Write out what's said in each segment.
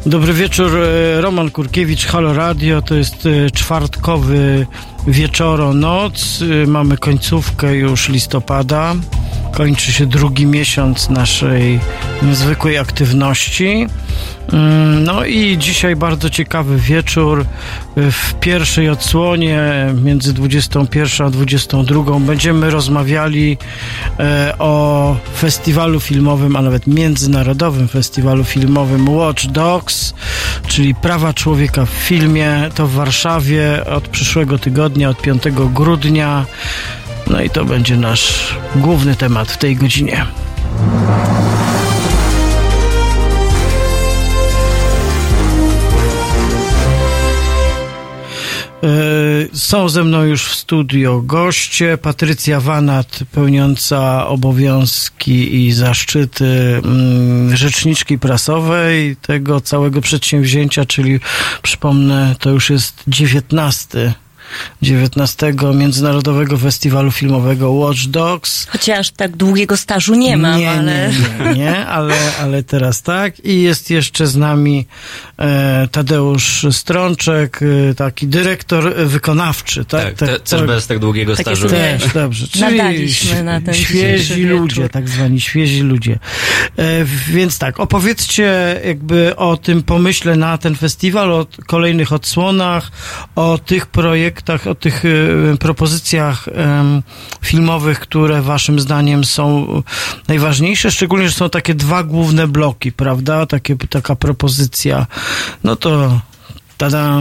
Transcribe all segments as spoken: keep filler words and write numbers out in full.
Dobry wieczór, Roman Kurkiewicz, Halo Radio. To jest czwartkowy wieczoro-noc. Mamy końcówkę już listopada. Kończy się drugi miesiąc naszej zwykłej aktywności. No i dzisiaj bardzo ciekawy wieczór. W pierwszej odsłonie między dwudziestą pierwszą a dwudziestą drugą będziemy rozmawiali o festiwalu filmowym, a nawet międzynarodowym festiwalu filmowym Watch Dogs, czyli prawa człowieka w filmie. To w Warszawie od przyszłego tygodnia, od piątego grudnia. No i to będzie nasz główny temat w tej godzinie. Są ze mną już w studio goście. Patrycja Wanat, pełniąca obowiązki i zaszczyty rzeczniczki prasowej tego całego przedsięwzięcia, czyli przypomnę, to już jest dziewiętnasty dziewiętnastego Międzynarodowego Festiwalu Filmowego Watch Dogs. Chociaż tak długiego stażu nie mam, nie, ale... Nie, nie, nie, ale, ale teraz tak. I jest jeszcze z nami e, Tadeusz Strączek, e, taki dyrektor wykonawczy. Tak, tak, tak te, co... też bez tak długiego tak stażu. Też, dobrze. Czyli nadaliśmy na ten świezi ludzie, wieczór. tak zwani świezi ludzie. E, więc tak, opowiedzcie jakby o tym pomyśle na ten festiwal, o kolejnych odsłonach, o tych projektach, o tych y, propozycjach y, filmowych, które waszym zdaniem są najważniejsze, szczególnie, że są takie dwa główne bloki, prawda? Takie, taka propozycja. No to tada!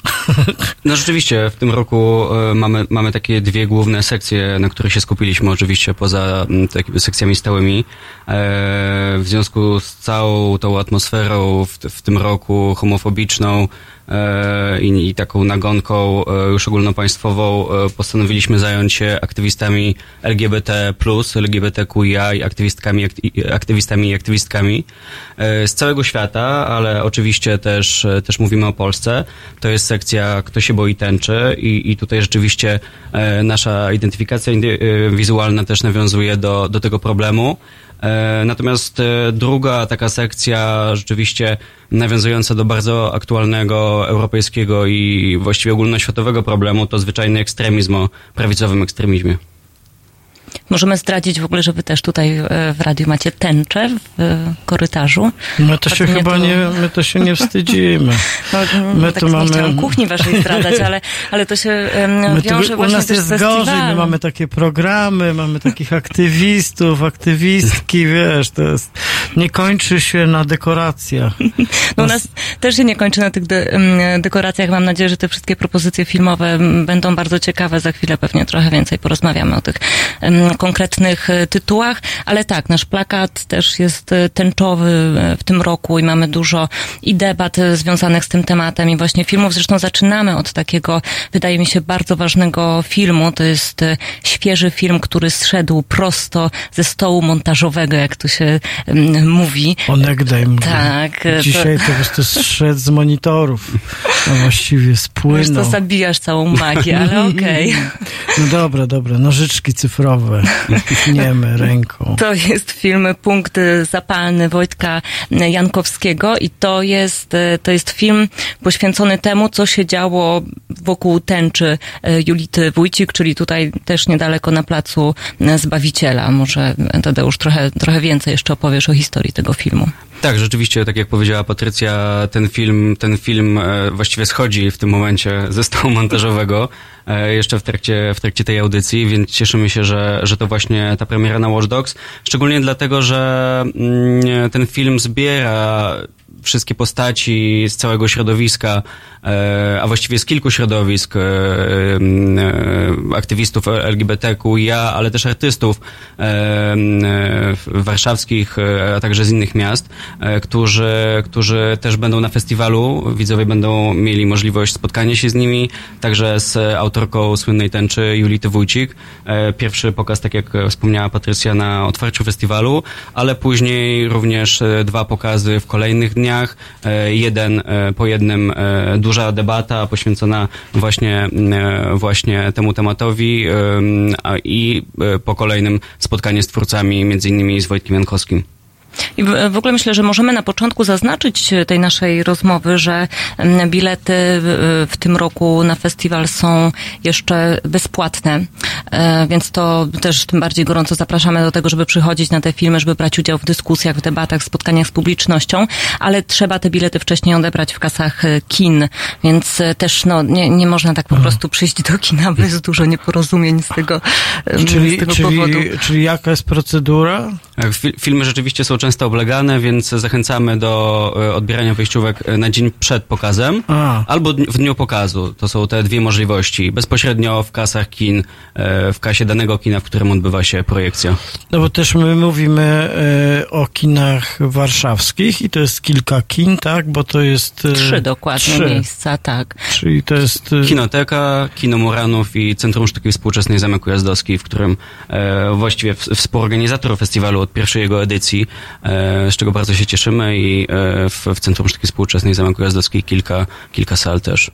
No rzeczywiście, w tym roku y, mamy, mamy takie dwie główne sekcje, na których się skupiliśmy, oczywiście poza m, takimi sekcjami stałymi. E, w związku z całą tą atmosferą w, w tym roku homofobiczną I, i taką nagonką już ogólnopaństwową postanowiliśmy zająć się aktywistami L G B T plus, L G B T Q I A i aktywistkami, aktywistami i aktywistkami z całego świata, ale oczywiście też, też mówimy o Polsce. To jest sekcja Kto się boi tęczy i, i tutaj rzeczywiście nasza identyfikacja wizualna też nawiązuje do, do tego problemu. Natomiast druga taka sekcja rzeczywiście nawiązująca do bardzo aktualnego europejskiego i właściwie ogólnoświatowego problemu to zwyczajny ekstremizm o prawicowym ekstremizmie. Możemy zdradzić w ogóle, że wy też tutaj w radiu macie tęczę w korytarzu. My to się chyba to... nie, my to się nie wstydzimy. No, my tak tu nie mamy... chciałam kuchni waszej zdradzać, ale, ale to się um, wiąże tu, właśnie u nas też jest z festiwalem. gorzej, my mamy takie programy, mamy takich aktywistów, aktywistki, wiesz, to jest, nie kończy się na dekoracjach. No u nas też się nie kończy na tych de- dekoracjach. Mam nadzieję, że te wszystkie propozycje filmowe będą bardzo ciekawe. Za chwilę pewnie trochę więcej porozmawiamy o tych um, konkretnych tytułach, ale tak, nasz plakat też jest tęczowy w tym roku i mamy dużo i debat związanych z tym tematem i właśnie filmów. Zresztą zaczynamy od takiego, wydaje mi się, bardzo ważnego filmu. To jest świeży film, który zszedł prosto ze stołu montażowego, jak to się um, mówi. Onegdaj mówię. Tak. Dzisiaj to po prostu zszedł z monitorów. No właściwie spłynął. Wiesz, to zabijasz całą magię, ale okej. Okay. No dobra, dobra. Nożyczki cyfrowe. Tniemy ręką. To jest film Punkt zapalny Wojtka Jankowskiego i to jest, to jest film poświęcony temu, co się działo wokół tęczy Julity Wójcik, czyli tutaj też niedaleko na placu Zbawiciela. Może Tadeusz trochę, trochę więcej jeszcze opowiesz o historii tego filmu. Tak, rzeczywiście, tak jak powiedziała Patrycja, ten film, ten film właściwie schodzi w tym momencie ze stołu montażowego, jeszcze w trakcie, w trakcie tej audycji, więc cieszymy się, że, że to właśnie ta premiera na Watch Dogs, szczególnie dlatego, że ten film zbiera wszystkie postaci z całego środowiska, a właściwie z kilku środowisk aktywistów L G B T Q I A, ale też artystów warszawskich, a także z innych miast, którzy, którzy też będą na festiwalu. Widzowie będą mieli możliwość spotkania się z nimi, także z autorką słynnej tęczy Julity Wójcik. Pierwszy pokaz, tak jak wspomniała Patrycja, na otwarciu festiwalu, ale później również dwa pokazy w kolejnych dniach. Jeden po jednym duża debata poświęcona właśnie, właśnie temu tematowi i po kolejnym spotkanie z twórcami, między innymi z Wojtkiem Jankowskim. I w, w ogóle myślę, że możemy na początku zaznaczyć tej naszej rozmowy, że bilety w, w tym roku na festiwal są jeszcze bezpłatne, więc to też tym bardziej gorąco zapraszamy do tego, żeby przychodzić na te filmy, żeby brać udział w dyskusjach, w debatach, w spotkaniach z publicznością, ale trzeba te bilety wcześniej odebrać w kasach kin, więc też no, nie, nie można tak po prostu przyjść do kina bez dużo nieporozumień z tego, czyli, z tego czyli, powodu. Czyli jaka jest procedura? Filmy rzeczywiście są często oblegane, więc zachęcamy do odbierania wejściówek na dzień przed pokazem A. albo w dniu pokazu. To są te dwie możliwości. Bezpośrednio w kasach kin, w kasie danego kina, w którym odbywa się projekcja. No bo też my mówimy o kinach warszawskich i to jest kilka kin, tak? Bo to jest... Trzy dokładnie trzy. miejsca, tak. Czyli to jest... Kinoteka, Kino Muranów i Centrum Sztuki Współczesnej Zamek Ujazdowski, w którym e, właściwie współorganizator festiwalu od pierwszej jego edycji, e, z czego bardzo się cieszymy i e, w, w Centrum Sztuki Współczesnej Zamek Ujazdowski kilka, kilka sal też.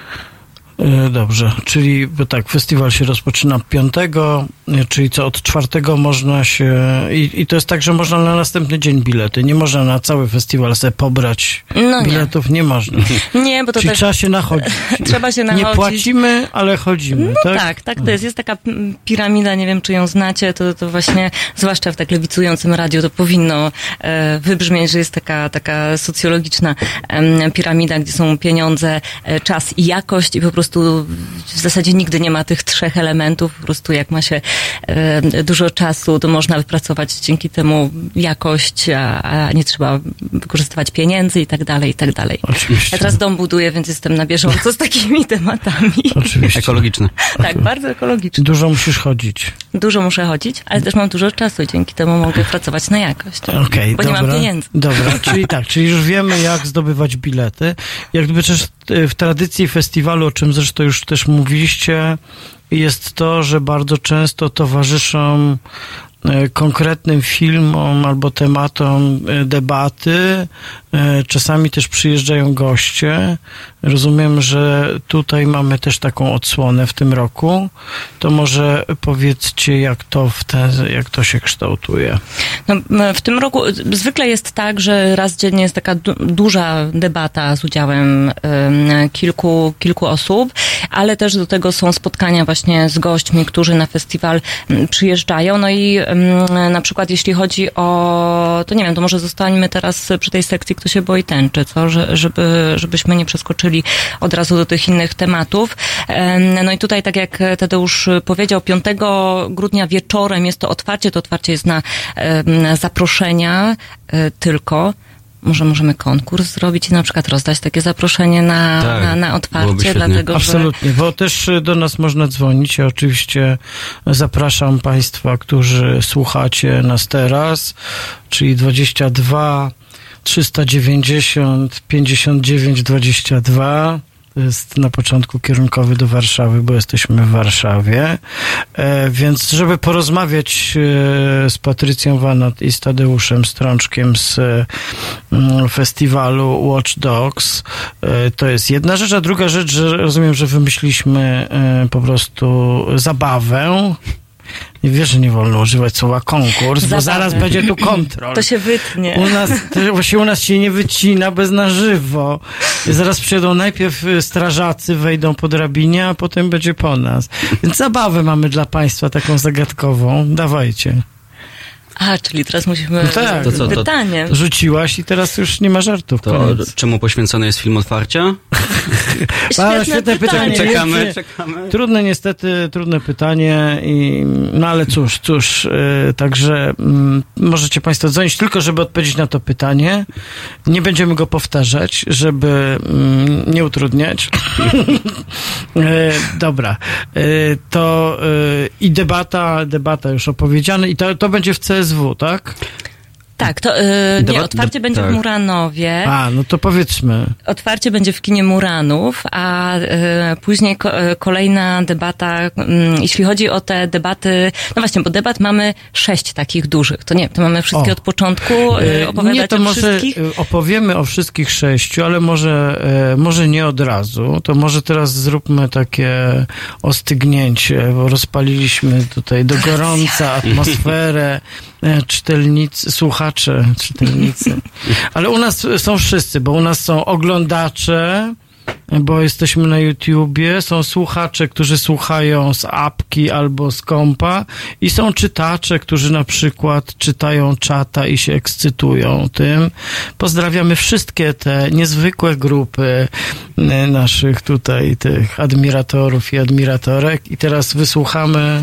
Dobrze, czyli bo tak, festiwal się rozpoczyna piątego, czyli co, od czwartego można się... I, I to jest tak, że można na następny dzień bilety. Nie można na cały festiwal sobie pobrać no biletów. Nie. nie można. Nie, bo to czyli też... trzeba się nachodzić. Trzeba się nachodzić. Nie płacimy, ale chodzimy, no tak? tak, tak to jest. Jest taka piramida, nie wiem, czy ją znacie, to, to właśnie, zwłaszcza w tak lewicującym radiu, to powinno e, wybrzmieć, że jest taka, taka socjologiczna e, piramida, gdzie są pieniądze, e, czas i jakość i po prostu w zasadzie nigdy nie ma tych trzech elementów. Po prostu jak ma się e, dużo czasu, to można wypracować dzięki temu jakość, a, a nie trzeba wykorzystywać pieniędzy i tak dalej, i tak dalej. Oczywiście. Ja teraz dom buduję, więc jestem na bieżąco z takimi tematami. Oczywiście. Ekologiczne. Tak, bardzo ekologiczne. Dużo musisz chodzić. Dużo muszę chodzić, ale też mam dużo czasu, dzięki temu mogę pracować na jakość. Okay, bo dobra, nie mam pieniędzy. Dobra, czyli tak, czyli już wiemy, jak zdobywać bilety. Jak gdyby też w tradycji festiwalu, o czym zresztą już też mówiliście, jest to, że bardzo często towarzyszą konkretnym filmom albo tematom debaty. Czasami też przyjeżdżają goście. Rozumiem, że tutaj mamy też taką odsłonę w tym roku. To może powiedzcie, jak to, w te, jak to się kształtuje. No, w tym roku zwykle jest tak, że raz dziennie jest taka du- duża debata z udziałem um, kilku, kilku osób, ale też do tego są spotkania właśnie z gośćmi, którzy na festiwal um, przyjeżdżają. No i um, na przykład jeśli chodzi o, to nie wiem, to może zostańmy teraz przy tej sekcji, kto się boi tęczy, co? Że, żeby, żebyśmy nie przeskoczyli od razu do tych innych tematów. No i tutaj, tak jak Tadeusz powiedział, piątego grudnia wieczorem jest to otwarcie, to otwarcie jest na, na zaproszenia tylko. Może możemy konkurs zrobić i na przykład rozdać takie zaproszenie na, tak, na, na otwarcie, dlatego Absolutnie, że... bo też do nas można dzwonić. Ja oczywiście zapraszam Państwa, którzy słuchacie nas teraz, czyli dwadzieścia dwa trzysta dziewięćdziesiąt pięćdziesiąt dziewięć dwadzieścia dwa. To jest na początku kierunkowy do Warszawy, bo jesteśmy w Warszawie. E, więc żeby porozmawiać e, z Patrycją Wanat i z Tadeuszem Strączkiem z e, festiwalu Watch Dogs, e, to jest jedna rzecz, a druga rzecz, że rozumiem, że wymyśliliśmy e, po prostu zabawę. Nie wiesz, że nie wolno używać słowa konkurs, Zabawę. Bo zaraz będzie tu kontrol. To się wytnie. U nas, to właśnie u nas się nie wycina bez na żywo. Zaraz przyjdą najpierw strażacy, wejdą po drabinie, a potem będzie po nas. Więc zabawę mamy dla Państwa taką zagadkową. Dawajcie. A, czyli teraz musimy... No tak, to co, to, pytanie. Rzuciłaś i teraz już nie ma żartów. To koniec. Czemu poświęcony jest film otwarcia? Świetne, świetne pytanie. pytanie. Czekamy, Wiecie, czekamy. Trudne niestety, trudne pytanie. I, no ale cóż, cóż, yy, także yy, możecie Państwo dzwonić tylko, żeby odpowiedzieć na to pytanie. Nie będziemy go powtarzać, żeby yy, nie utrudniać. yy, dobra. Yy, to yy, i debata, debata już opowiedziana i to, to będzie w C S W, tak? Tak, to yy, nie, Debat- otwarcie de- będzie tak. w Muranowie. A, no to powiedzmy. Otwarcie będzie w kinie Muranów, a y, później ko- y, kolejna debata, y, jeśli chodzi o te debaty, no właśnie, bo debat mamy sześć takich dużych, to nie, to mamy wszystkie O. od początku y, opowiadać nie, to o może wszystkich? opowiemy o wszystkich sześciu, ale może, e, może nie od razu. To może teraz zróbmy takie ostygnięcie, bo rozpaliliśmy tutaj do gorąca atmosferę. E, czytelnicy, słuchacze czytacze, czytelnicy. Ale u nas są wszyscy, bo u nas są oglądacze, bo jesteśmy na YouTubie, są słuchacze, którzy słuchają z apki albo z kompa i są czytacze, którzy na przykład czytają czata i się ekscytują tym. Pozdrawiamy wszystkie te niezwykłe grupy naszych tutaj tych admiratorów i admiratorek i teraz wysłuchamy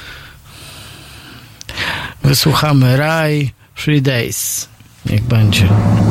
wysłuchamy Raj, Three Days. Niech będzie.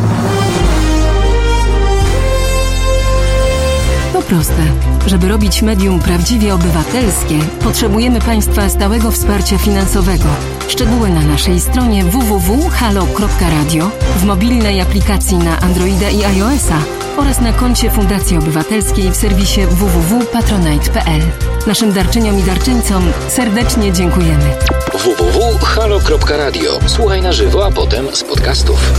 To proste. Żeby robić medium prawdziwie obywatelskie, potrzebujemy Państwa stałego wsparcia finansowego. Szczegóły na naszej stronie w w w kropka halo kropka radio, w mobilnej aplikacji na Androida i iOS-a oraz na koncie Fundacji Obywatelskiej w serwisie w w w kropka patronite kropka p l. Naszym darczyniom i darczyńcom serdecznie dziękujemy. w w w kropka halo kropka radio. Słuchaj na żywo, a potem z podcastów.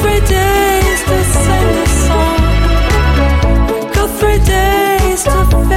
Days to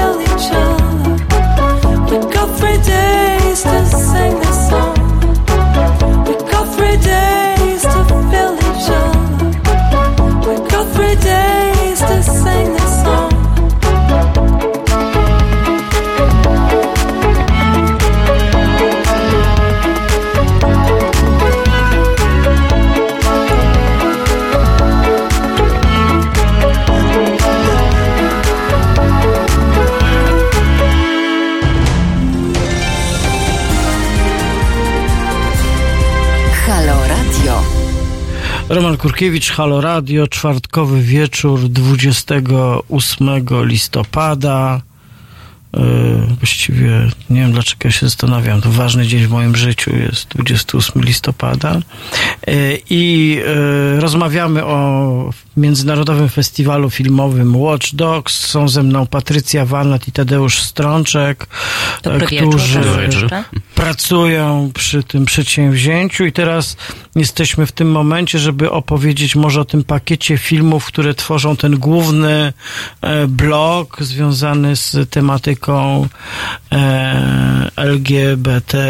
Roman Kurkiewicz, Halo Radio, czwartkowy wieczór dwudziestego ósmego listopada. Yy, właściwie nie wiem, dlaczego ja się zastanawiam. To ważny dzień w moim życiu jest dwudziestego ósmego listopada. Yy, I yy, rozmawiamy o Międzynarodowym Festiwalu Filmowym Watch Dogs. Są ze mną Patrycja Walnat i Tadeusz Strączek, Dobry którzy wieczór, pracują przy tym przedsięwzięciu i teraz jesteśmy w tym momencie, żeby opowiedzieć może o tym pakiecie filmów, które tworzą ten główny e, blok związany z tematyką e, L G B T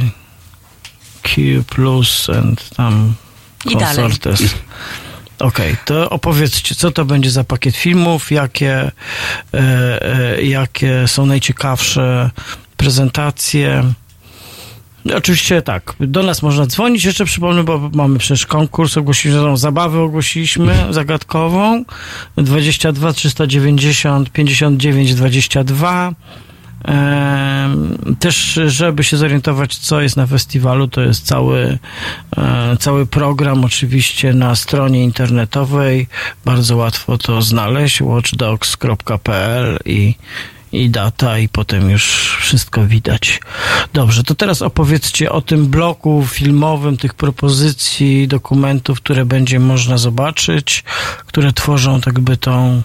Q plus and tam consortes. Okej, okay, to opowiedzcie, co to będzie za pakiet filmów, jakie, e, e, jakie są najciekawsze prezentacje. Oczywiście tak, do nas można dzwonić, jeszcze przypomnę, bo mamy przecież konkurs, ogłosiliśmy, zabawę ogłosiliśmy zagadkową, dwadzieścia dwa trzysta dziewięćdziesiąt pięćdziesiąt dziewięć dwadzieścia dwa. Też, żeby się zorientować, co jest na festiwalu, to jest cały, cały program oczywiście na stronie internetowej. Bardzo łatwo to znaleźć, watchdogs kropka p l i, i data, i potem już wszystko widać. Dobrze, to teraz opowiedzcie o tym bloku filmowym, tych propozycji, dokumentów, które będzie można zobaczyć, które tworzą tak jakby tą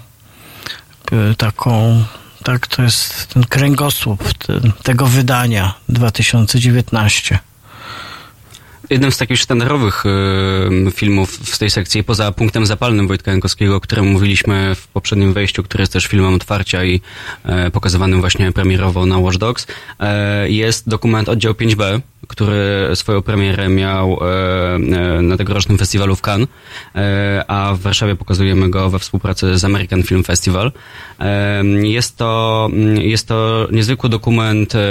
taką tak, to jest ten kręgosłup ten, tego wydania dwa tysiące dziewiętnastego. Jednym z takich sztandarowych y, filmów w tej sekcji, poza Punktem Zapalnym Wojtka Jankowskiego, o którym mówiliśmy w poprzednim wejściu, który jest też filmem otwarcia i y, pokazywanym właśnie premierowo na Watch Dogs, y, jest dokument Oddział pięć B, który swoją premierę miał y, y, na tegorocznym festiwalu w Cannes, y, a w Warszawie pokazujemy go we współpracy z American Film Festival. Y, jest to, jest to niezwykły dokument, y,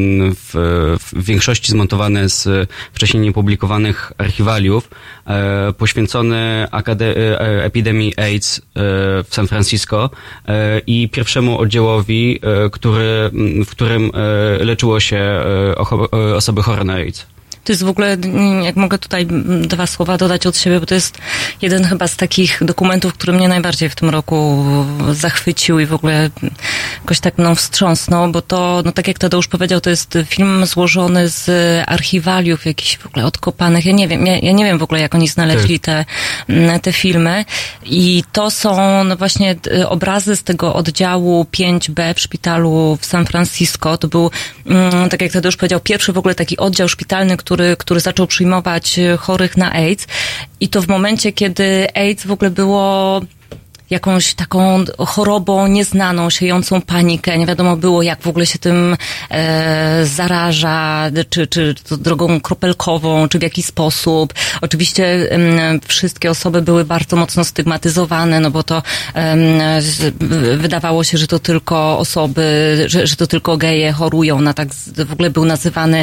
w, w większości zmontowany z wcześniej niepublikowanych archiwaliów, e, poświęcony akade- e, epidemii AIDS e, w San Francisco e, i pierwszemu oddziałowi, e, który, w którym e, leczyło się e, ocho- osoby chore na AIDS. To jest w ogóle, jak mogę tutaj dwa słowa dodać od siebie, bo to jest jeden chyba z takich dokumentów, który mnie najbardziej w tym roku zachwycił i w ogóle jakoś tak mną wstrząsnął, bo to, no tak jak Tadeusz powiedział, to jest film złożony z archiwaliów jakichś w ogóle odkopanych. Ja nie wiem, ja, ja nie wiem w ogóle, jak oni znaleźli te, te filmy. I to są no właśnie obrazy z tego oddziału pięć B w szpitalu w San Francisco. To był, tak jak Tadeusz powiedział, pierwszy w ogóle taki oddział szpitalny, który Który, który zaczął przyjmować chorych na AIDS, i to w momencie, kiedy AIDS w ogóle było jakąś taką chorobą nieznaną, siejącą panikę. Nie wiadomo było, jak w ogóle się tym e, zaraża, czy, czy to drogą kropelkową, czy w jaki sposób. Oczywiście e, wszystkie osoby były bardzo mocno stygmatyzowane, no bo to e, wydawało się, że to tylko osoby, że, że to tylko geje chorują na tak, w ogóle był nazywany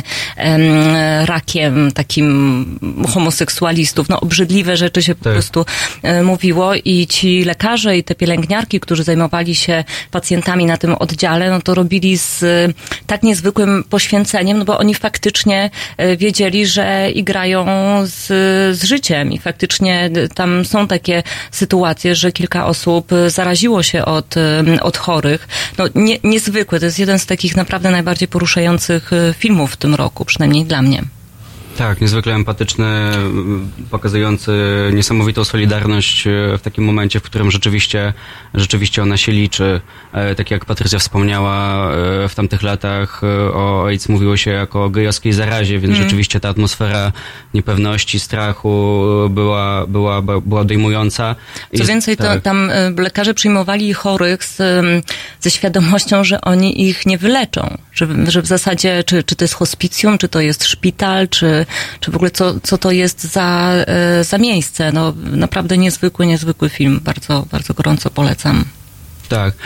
e, rakiem takim homoseksualistów. No obrzydliwe rzeczy się po tak. prostu e, mówiło, i ci lekarze i te pielęgniarki, którzy zajmowali się pacjentami na tym oddziale, no to robili z tak niezwykłym poświęceniem, no bo oni faktycznie wiedzieli, że igrają z, z życiem, i faktycznie tam są takie sytuacje, że kilka osób zaraziło się od, od chorych. No nie, niezwykłe, to jest jeden z takich naprawdę najbardziej poruszających filmów w tym roku, przynajmniej dla mnie. Tak, niezwykle empatyczny, pokazujący niesamowitą solidarność w takim momencie, w którym rzeczywiście, rzeczywiście ona się liczy. Tak jak Patrycja wspomniała, w tamtych latach o AIDS mówiło się jako o gejowskiej zarazie, więc mm. rzeczywiście ta atmosfera niepewności, strachu była, była, była dojmująca. Co Jest, więcej, to tak. tam lekarze przyjmowali chorych z, ze świadomością, że oni ich nie wyleczą, że, że w zasadzie, czy, czy to jest hospicjum, czy to jest szpital, czy czy w ogóle co, co to jest za, za miejsce. No naprawdę niezwykły, niezwykły film. Bardzo, bardzo gorąco polecam. Tak.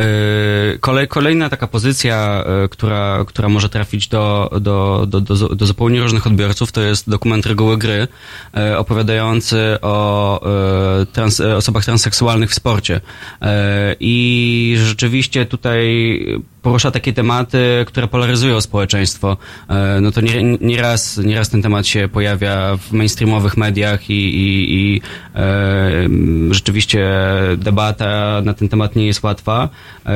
Kolej, kolejna taka pozycja, która, która może trafić do, do, do, do, do zupełnie różnych odbiorców, to jest dokument Reguły gry, opowiadający o trans, osobach transseksualnych w sporcie. I rzeczywiście tutaj porusza takie tematy, które polaryzują społeczeństwo. No to nie, nieraz, nieraz ten temat się pojawia w mainstreamowych mediach i, i, i e, rzeczywiście debata na ten temat nie jest łatwa. E,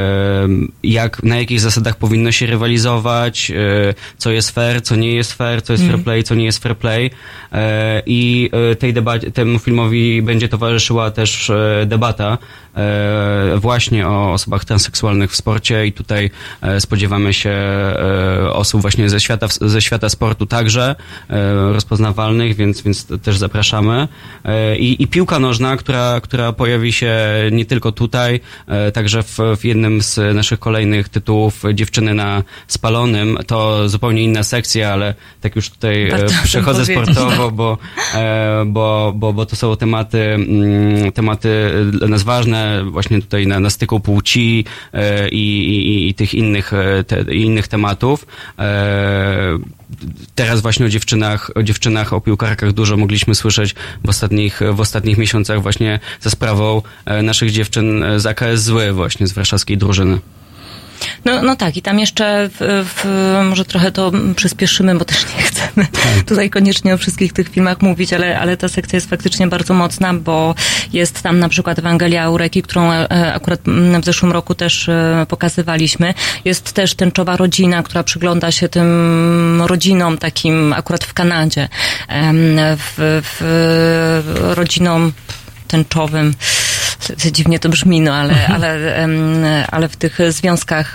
jak, na jakich zasadach powinno się rywalizować, e, co jest fair, co nie jest fair, co jest mm. fair play, co nie jest fair play. E, I tej debacie, temu filmowi będzie towarzyszyła też e, debata e, właśnie o osobach transseksualnych w sporcie i tutaj e, spodziewamy się e, osób właśnie ze świata, ze świata sportu także e, rozpoznawalnych, więc, więc też zapraszamy. E, i, I piłka nożna, która, która pojawi się nie tylko tutaj, e, także w, w jednym z naszych kolejnych tytułów Dziewczyny na spalonym. To zupełnie inna sekcja, ale tak już tutaj e, przechodzę sportowo, bo, e, bo, bo, bo to są tematy, mm, tematy dla nas ważne, właśnie tutaj na, na styku płci e, i, i, i tych innych, te, innych tematów. E, teraz właśnie o dziewczynach, o dziewczynach, o piłkarkach dużo mogliśmy słyszeć w ostatnich, w ostatnich miesiącach właśnie za sprawą naszych dziewczyn z A K S Zły właśnie, z warszawskiej drużyny. No, no tak, i tam jeszcze w, w, może trochę to przyspieszymy, bo też nie chcemy tak. tutaj koniecznie o wszystkich tych filmach mówić, ale, ale ta sekcja jest faktycznie bardzo mocna, bo jest tam na przykład Ewangelia Aureki, którą akurat w zeszłym roku też pokazywaliśmy. Jest też Tęczowa rodzina, która przygląda się tym rodzinom takim akurat w Kanadzie, w, w rodzinom tęczowym. Dziwnie to brzmi, no ale, ale, ale w tych związkach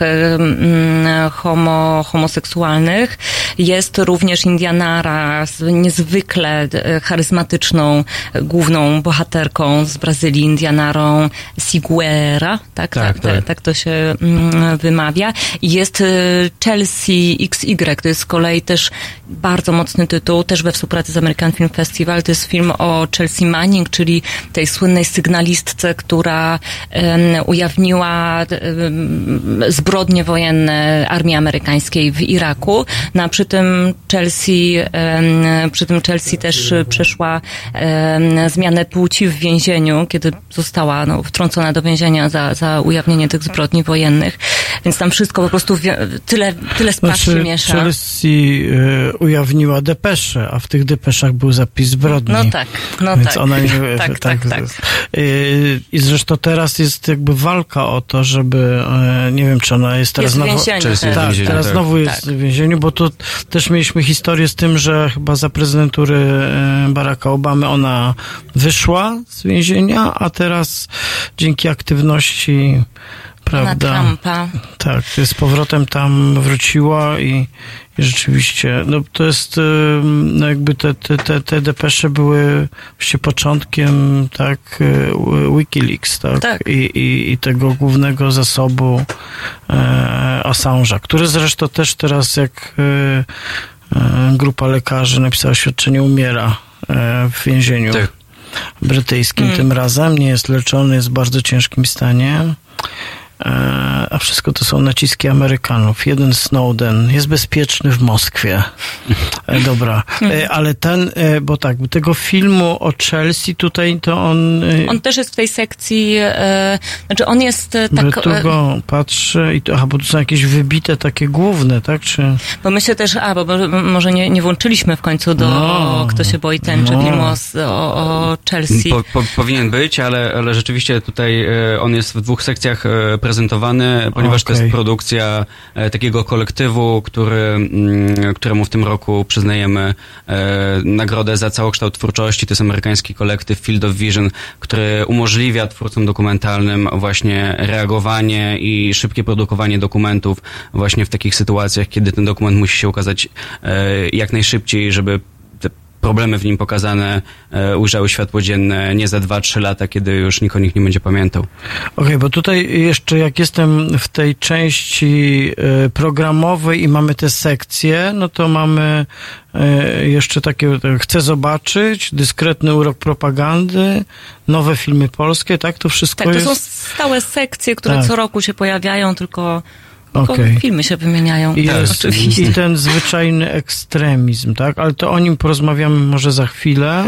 homo, homoseksualnych jest również Indianara z niezwykle charyzmatyczną główną bohaterką z Brazylii, Indianarą Siguera, tak, tak, tak, tak. tak to się wymawia. I jest Chelsea X Y, to jest z kolei też bardzo mocny tytuł, też we współpracy z American Film Festival. To jest film o Chelsea Manning, czyli tej słynnej sygnalistce, która um, ujawniła um, zbrodnie wojenne armii amerykańskiej w Iraku. No, a przy tym Chelsea, um, przy tym Chelsea też przeszła um, zmianę płci w więzieniu, kiedy została no, wtrącona do więzienia za, za ujawnienie tych zbrodni wojennych. Więc tam wszystko po prostu wi- tyle, tyle spraw znaczy, się miesza. Chelsea y, ujawniła depesze, a w tych depeszach był zapis zbrodni. No tak, no Więc tak. ona nie, tak, tak, tak, tak. Y, I zresztą teraz jest jakby walka o to, żeby, y, nie wiem, czy ona jest teraz jest znowu... W więzieniu, jest tak, w więzieniu, teraz tak. znowu jest tak. w więzieniu, bo to też mieliśmy historię z tym, że chyba za prezydentury y, Baracka Obamy ona wyszła z więzienia, a teraz dzięki aktywności prawda? Na Trumpa. Tak, z powrotem tam wróciła i, i rzeczywiście, no to jest no jakby te, te, te, te depesze były właściwie początkiem, tak, Wikileaks, tak, tak. I, i, i tego głównego zasobu e, Assange'a, który zresztą też teraz, jak e, e, grupa lekarzy napisała oświadczenie, umiera e, w więzieniu tak. brytyjskim hmm. tym razem, nie jest leczony, jest w bardzo ciężkim stanie. A wszystko to są naciski Amerykanów. Jeden Snowden jest bezpieczny w Moskwie. Dobra, ale ten, bo tak, tego filmu o Chelsea tutaj to on... On też jest w tej sekcji, e, znaczy on jest tak... Tu go patrzę i to, aha, bo tu są jakieś wybite takie główne, tak? Czy... Bo myślę też, a, bo, bo może nie, nie włączyliśmy w końcu do no, Kto się boi tęczy, no. filmu o, o Chelsea. Po, po, powinien być, ale, ale rzeczywiście tutaj on jest w dwóch sekcjach prezentowany, ponieważ okay. to jest produkcja e, takiego kolektywu, który, m, któremu w tym roku przyznajemy e, nagrodę za całokształt twórczości. To jest amerykański kolektyw Field of Vision, który umożliwia twórcom dokumentalnym właśnie reagowanie i szybkie produkowanie dokumentów właśnie w takich sytuacjach, kiedy ten dokument musi się ukazać e, jak najszybciej, żeby problemy w nim pokazane e, ujrzały światło dzienne nie za dwa trzy lata, kiedy już nikt o nich nie będzie pamiętał. Okej, okay, bo tutaj jeszcze jak jestem w tej części e, programowej i mamy te sekcje, no to mamy e, jeszcze takie, e, chcę zobaczyć, dyskretny urok propagandy, nowe filmy polskie, tak? To wszystko tak, to jest... są stałe sekcje, które tak. co roku się pojawiają, tylko... Okay. Filmy się wymieniają. I, jest, I ten zwyczajny ekstremizm, tak? Ale to o nim porozmawiamy może za chwilę.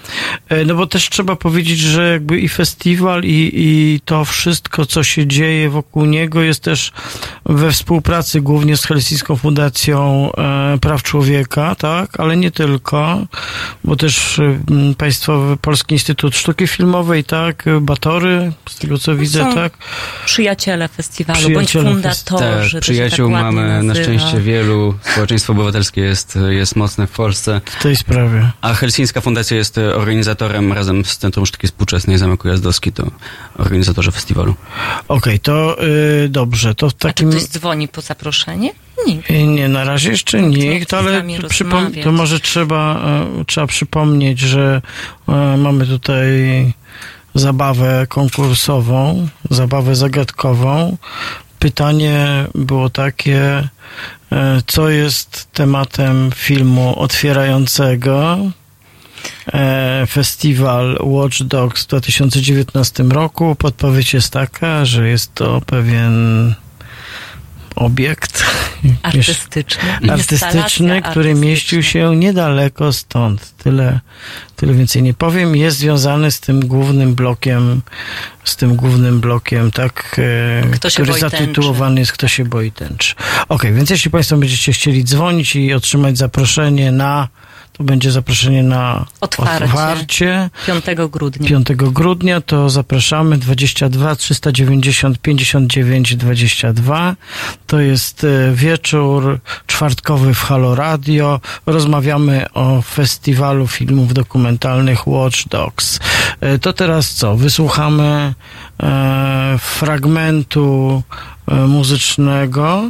No bo też trzeba powiedzieć, że jakby i festiwal, i, i to wszystko, co się dzieje wokół niego, jest też we współpracy głównie z Helsińską Fundacją e, Praw Człowieka, tak, ale nie tylko, bo też e, Państwowy Polski Instytut Sztuki Filmowej, tak, Batory, z tego co widzę, Są tak. Przyjaciele festiwalu, Przyjaciele bądź fundatorzy. Tak, przyjaciół tak mamy na nazywa. szczęście wielu. Społeczeństwo obywatelskie jest, jest mocne w Polsce. W tej sprawie. A Helsińska Fundacja jest organizatorem razem z Centrum Sztuki Współczesnej Zamek Ujazdowski, to organizatorzy festiwalu. Okej, okay, to y, dobrze, to w takim... A czy ktoś dzwoni po zaproszenie? Nikt. Nie, na razie jeszcze nikt, ale przypom- to może trzeba, e, trzeba przypomnieć, że e, mamy tutaj zabawę konkursową, zabawę zagadkową. Pytanie było takie, e, co jest tematem filmu otwierającego e, festiwal Watch Dogs w dwa tysiące dziewiętnastym roku. Podpowiedź jest taka, że jest to pewien obiekt artystyczny, artystyczny który mieścił się niedaleko stąd. Tyle, tyle więcej nie powiem. Jest związany z tym głównym blokiem, z tym głównym blokiem, tak, Kto się który boi zatytułowany tęczy. jest Kto się boi tęczy. Okej, okay, więc jeśli Państwo będziecie chcieli dzwonić i otrzymać zaproszenie na to będzie zaproszenie na otwarcie, otwarcie piątego grudnia. piątego grudnia, to zapraszamy dwadzieścia dwa trzysta dziewięćdziesiąt pięćdziesiąt dziewięć dwadzieścia dwa. To jest wieczór czwartkowy w Halo Radio. Rozmawiamy o festiwalu filmów dokumentalnych Watch Dogs. To teraz co? Wysłuchamy e, fragmentu e, muzycznego.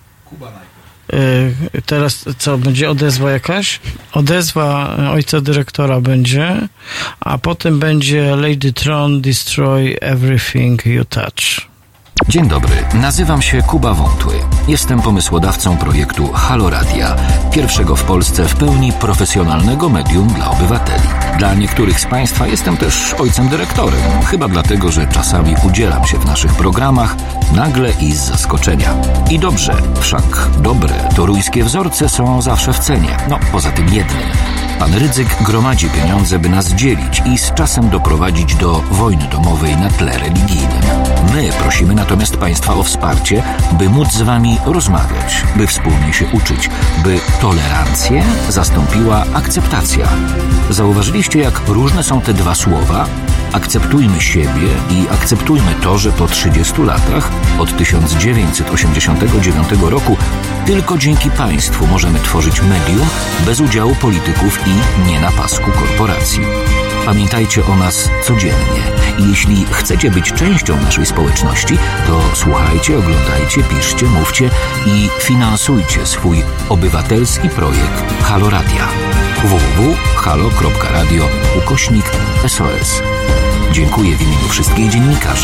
Teraz co, będzie odezwa jakaś? Odezwa ojca dyrektora będzie, a potem będzie Lady Tron Destroy Everything You Touch. Dzień dobry, nazywam się Kuba Wątły. Jestem pomysłodawcą projektu Halo Radia, pierwszego w Polsce w pełni profesjonalnego medium dla obywateli. Dla niektórych z Państwa jestem też ojcem dyrektorem, chyba dlatego, że czasami udzielam się w naszych programach nagle i z zaskoczenia. I dobrze, wszak dobre toruńskie wzorce są zawsze w cenie, no poza tym jednym. Pan Rydzyk gromadzi pieniądze, by nas dzielić i z czasem doprowadzić do wojny domowej na tle religijnym. My prosimy natomiast Państwa o wsparcie, by móc z Wami rozmawiać, by wspólnie się uczyć, by tolerancję zastąpiła akceptacja. Zauważyliście, jak różne są te dwa słowa? Akceptujmy siebie i akceptujmy to, że po trzydziestu latach, od tysiąc dziewięćset osiemdziesiątego dziewiątego roku, tylko dzięki państwu możemy tworzyć medium bez udziału polityków i nie na pasku korporacji. Pamiętajcie o nas codziennie i jeśli chcecie być częścią naszej społeczności, to słuchajcie, oglądajcie, piszcie, mówcie i finansujcie swój obywatelski projekt Halo Radia. w w w kropka halo kropka radio ukośnik S O S. Dziękuję w imieniu wszystkich dziennikarzy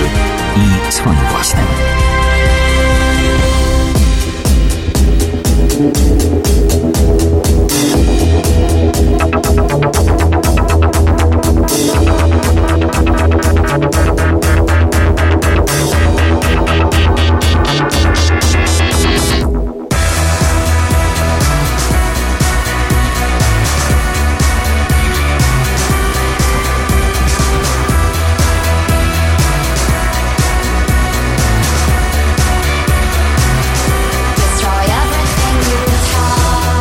i swoim własnym. Destroy everything you touch.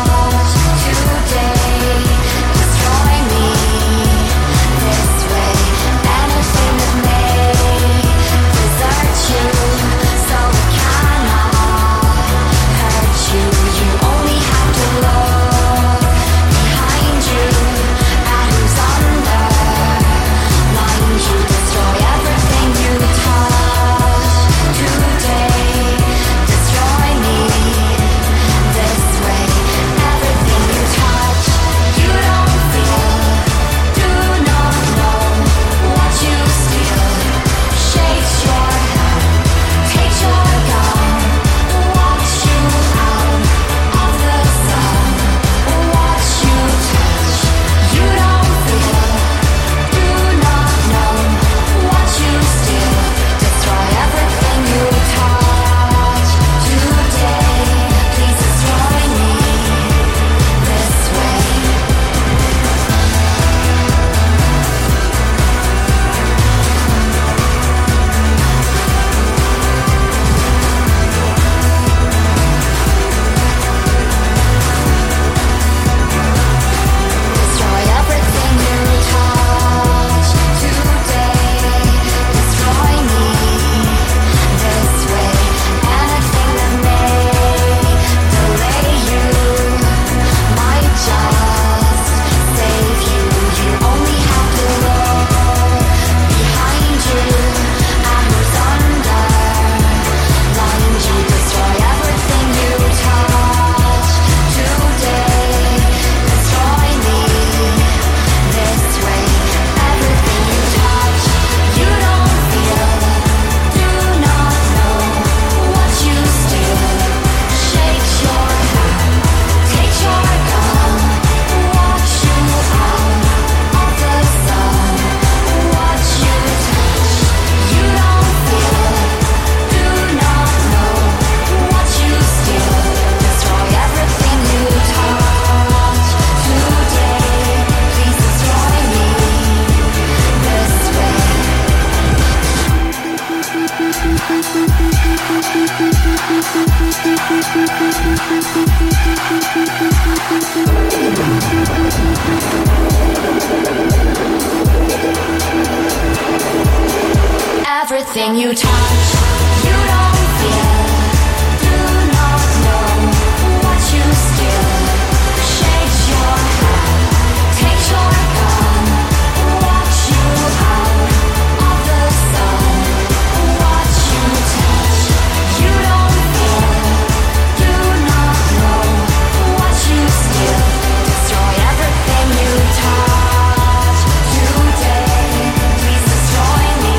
Everything you touch, you don't feel. Do not know what you steal. Shakes your hand, takes your gun, walks you out of the sun. What you touch, you don't feel. Do not know what you steal. Destroy everything you touch today. Please destroy me.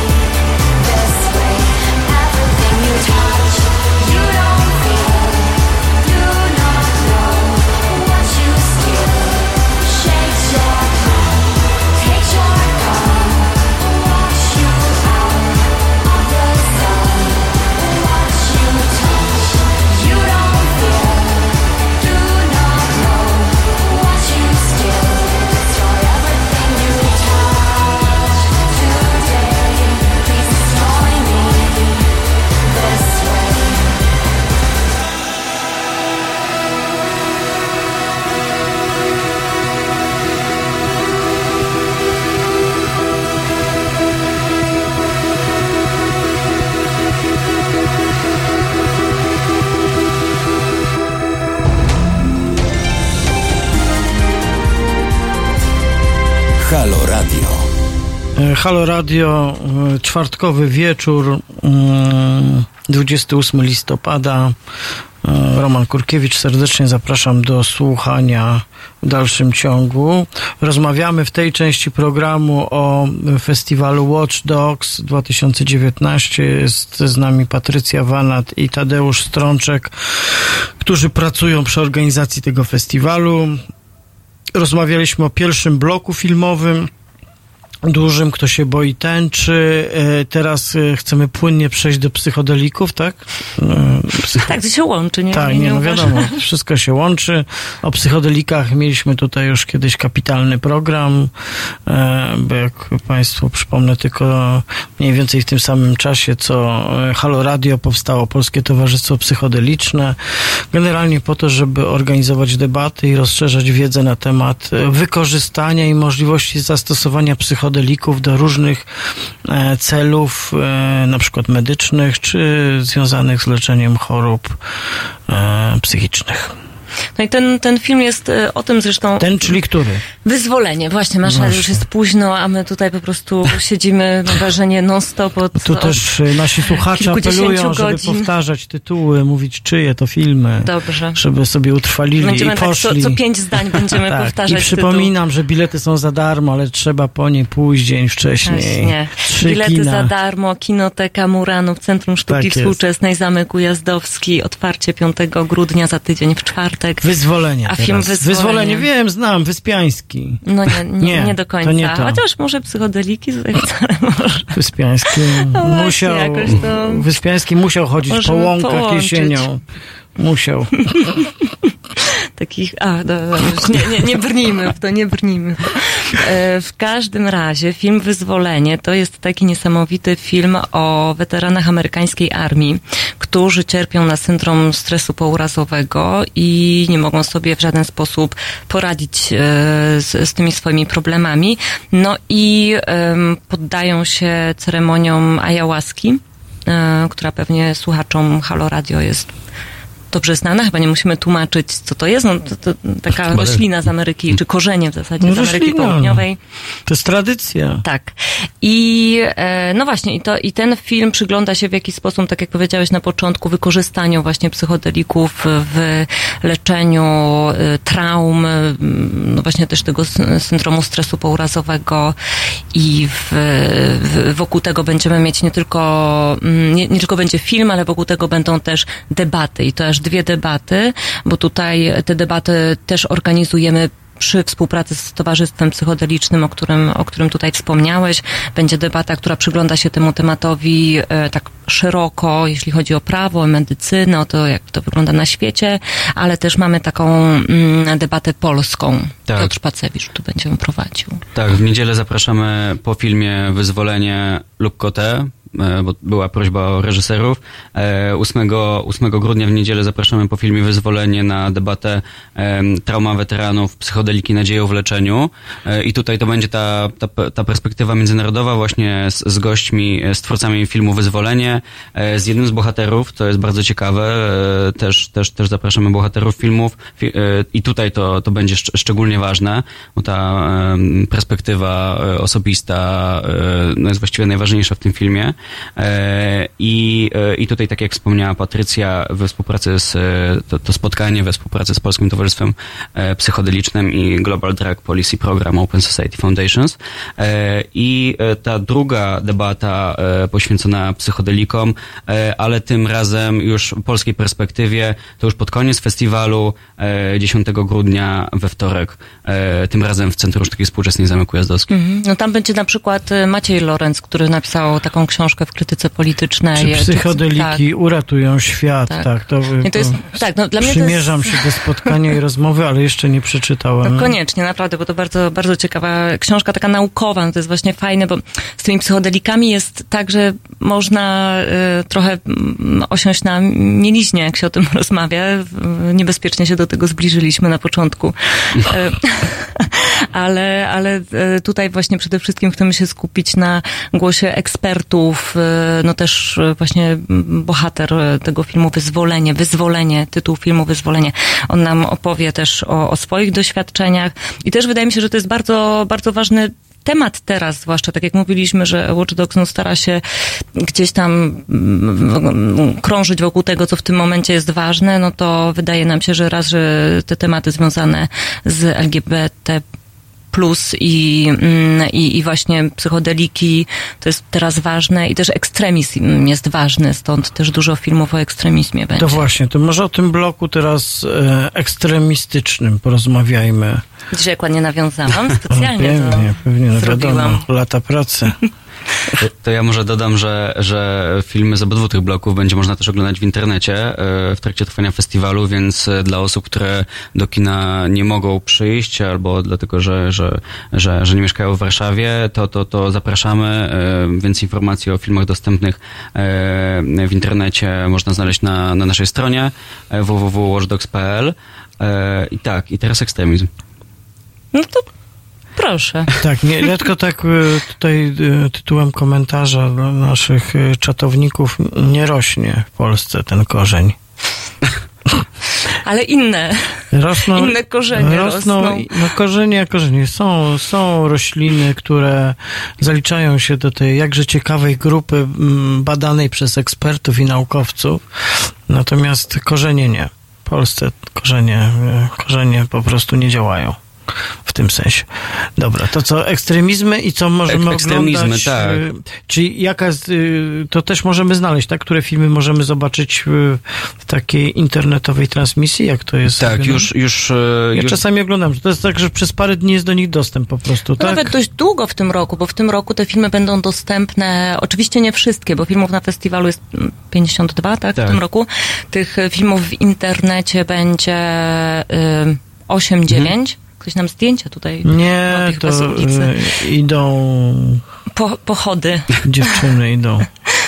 Everything you touch, you don't feel. Do not know what you steal. Shakes your hand, takes your gun, walks you out of the sun. What you touch, you don't feel. Do not know what you steal. Destroy everything you touch today. Please destroy me. This way. Halo Radio. Halo Radio, czwartkowy wieczór, dwudziestego ósmego listopada. Roman Kurkiewicz, serdecznie zapraszam do słuchania w dalszym ciągu. Rozmawiamy w tej części programu o festiwalu Watch Dogs dwa tysiące dziewiętnaście. Jest z nami Patrycja Wanat i Tadeusz Strączek, którzy pracują przy organizacji tego festiwalu. Rozmawialiśmy o pierwszym bloku filmowym, dużym, kto się boi tęczy. Teraz chcemy płynnie przejść do psychodelików, tak? Psych... Tak, to się łączy, nie? Tak, nie, nie, no uważam. wiadomo, wszystko się łączy. O psychodelikach mieliśmy tutaj już kiedyś kapitalny program, bo jak Państwu przypomnę, tylko mniej więcej w tym samym czasie, co Halo Radio, powstało Polskie Towarzystwo Psychodeliczne. Generalnie po to, żeby organizować debaty i rozszerzać wiedzę na temat wykorzystania i możliwości zastosowania psychodelików do różnych celów, na przykład medycznych, czy związanych z leczeniem chorób psychicznych. No i ten, ten film jest o tym zresztą... Ten, czyli który? Wyzwolenie. Właśnie, masz, Właśnie. Już jest późno, a my tutaj po prostu siedzimy na wrażenie non-stop od... Tu też nasi słuchacze apelują, żeby godzin. powtarzać tytuły, mówić czyje to filmy. Dobrze. Żeby sobie utrwalili będziemy i poszli. Tak, co, co pięć zdań będziemy tak. powtarzać I przypominam, tytuł. Że bilety są za darmo, ale trzeba po nie pójść dzień wcześniej. Właśnie. Trzy Bilety kina. za darmo, Kinoteka Muranów, Centrum Sztuki tak Współczesnej, Zamek Ujazdowski, otwarcie piątego grudnia za tydzień w czwartek. Wyzwolenie. A film Wyzwolenie. Wyzwolenie, wiem, znam, Wyspiański. No nie, nie, nie, nie do końca. To nie to. Chociaż może psychodeliki tutaj wcale może. Wyspiański no musiał, właśnie, to... Wyspiański musiał chodzić Możemy po łąkach połączyć. jesienią. Musiał. Takich, a, dobra, nie, nie, nie brnijmy w to, nie brnijmy w to. W każdym razie film Wyzwolenie to jest taki niesamowity film o weteranach amerykańskiej armii, którzy cierpią na syndrom stresu pourazowego i nie mogą sobie w żaden sposób poradzić z, z tymi swoimi problemami. No i um, poddają się ceremoniom ayahuaski, um, która pewnie słuchaczom Halo Radio jest dobrze znana, chyba nie musimy tłumaczyć, co to jest. No, to, to taka chyba roślina z Ameryki, czy korzenie w zasadzie no, z Ameryki roślina. Południowej. To jest tradycja. Tak. I e, no właśnie, i, to, i ten film przygląda się w jakiś sposób, tak jak powiedziałeś na początku, wykorzystaniu właśnie psychodelików w leczeniu e, traum, no właśnie też tego syndromu stresu pourazowego i w, w, wokół tego będziemy mieć nie tylko, nie, nie tylko będzie film, ale wokół tego będą też debaty i to aż dwie debaty, bo tutaj te debaty też organizujemy przy współpracy z Towarzystwem Psychodelicznym, o którym, o którym tutaj wspomniałeś. Będzie debata, która przygląda się temu tematowi e, tak szeroko, jeśli chodzi o prawo, o medycynę, o to, jak to wygląda na świecie, ale też mamy taką mm, debatę polską. Tak. Piotr Pacewicz tu będziemy prowadził. Tak, w niedzielę zapraszamy po filmie Wyzwolenie lub Kotę. e, bo była prośba o reżyserów. E, ósmego grudnia w niedzielę zapraszamy po filmie Wyzwolenie na debatę e, trauma weteranów, psychodeliki, nadzieją w leczeniu. E, I tutaj to będzie ta, ta, ta perspektywa międzynarodowa właśnie z, z gośćmi, z twórcami filmu Wyzwolenie, e, z jednym z bohaterów, to jest bardzo ciekawe. E, też, też, też zapraszamy bohaterów filmów fi, e, i tutaj to, to będzie szcz- szczególnie ważne, bo ta e, perspektywa e, osobista e, no jest właściwie najważniejsza w tym filmie. E, i, e, I tutaj, tak jak wspomniała Patrycja, we współpracy z, to, to spotkanie we współpracy z Polskim Towarzystwem e, Psychodelicznym i Global Drug Policy Program Open Society Foundations. E, I e, ta druga debata e, poświęcona psychodelikom, e, ale tym razem już w polskiej perspektywie, to już pod koniec festiwalu, e, dziesiątego grudnia we wtorek, e, tym razem w Centrum Sztuki Współczesnej Zamek Ujazdowski. Mhm. No tam będzie na przykład Maciej Lorenz, który napisał taką książkę w krytyce politycznej. Czy psychodeliki tak. uratują świat, tak. tak to, I to jest, to tak, no, dla mnie przymierzam to jest... się do spotkania i rozmowy, ale jeszcze nie przeczytałem. No koniecznie, naprawdę, bo to bardzo, bardzo ciekawa książka, taka naukowa, no to jest właśnie fajne, bo z tymi psychodelikami jest tak, że można y, trochę y, osiąść na mieliźnie, jak się o tym rozmawia. Niebezpiecznie się do tego zbliżyliśmy na początku. ale, ale tutaj właśnie przede wszystkim chcemy się skupić na głosie ekspertów, no też właśnie bohater tego filmu Wyzwolenie, Wyzwolenie, tytuł filmu Wyzwolenie. On nam opowie też o, o swoich doświadczeniach i też wydaje mi się, że to jest bardzo, bardzo ważny temat teraz, zwłaszcza tak jak mówiliśmy, że Watch Dogs no, stara się gdzieś tam krążyć wokół tego, co w tym momencie jest ważne, no to wydaje nam się, że raz, że te tematy związane z L G B T plus i, i, i właśnie psychodeliki to jest teraz ważne i też ekstremizm jest ważny, stąd też dużo filmów o ekstremizmie będzie. To właśnie, to może o tym bloku teraz e, ekstremistycznym porozmawiajmy. Dzisiaj jak ładnie nawiązałam, specjalnie o, pewnie, to pewnie, no zrobiłam. Wiadomo, lata pracy. To, to ja może dodam, że, że filmy z obydwu tych bloków będzie można też oglądać w internecie w trakcie trwania festiwalu, więc dla osób, które do kina nie mogą przyjść albo dlatego, że, że, że, że nie mieszkają w Warszawie, to, to, to zapraszamy. Więcej informacji o filmach dostępnych w internecie można znaleźć na, na naszej stronie w w w kropka watchdogs kropka p l. I tak, i teraz ekstremizm. No to proszę. Tak, nie, ja tylko tak tutaj tytułem komentarza dla naszych czatowników, nie rośnie w Polsce ten korzeń. Ale inne, rosną, inne korzenie rosną. rosną. No korzenie, korzenie. Są, są rośliny, które zaliczają się do tej jakże ciekawej grupy badanej przez ekspertów i naukowców, natomiast korzenie nie. W Polsce korzenie, korzenie po prostu nie działają. W tym sensie. Dobra, to co, ekstremizmy i co możemy Ek- oglądać? Tak. Czyli jaka jest, to też możemy znaleźć, tak? Które filmy możemy zobaczyć w takiej internetowej transmisji? Jak to jest? Tak, już... już ja już... czasami oglądam, że to jest tak, że przez parę dni jest do nich dostęp po prostu, no tak? Nawet dość długo w tym roku, bo w tym roku te filmy będą dostępne, oczywiście nie wszystkie, bo filmów na festiwalu jest pięćdziesiąt dwa, tak? tak. W tym roku. Tych filmów w internecie będzie y, osiem dziewięć. Hmm. Ktoś nam zdjęcia tutaj nie, to y, idą po, pochody. Dziewczyny idą.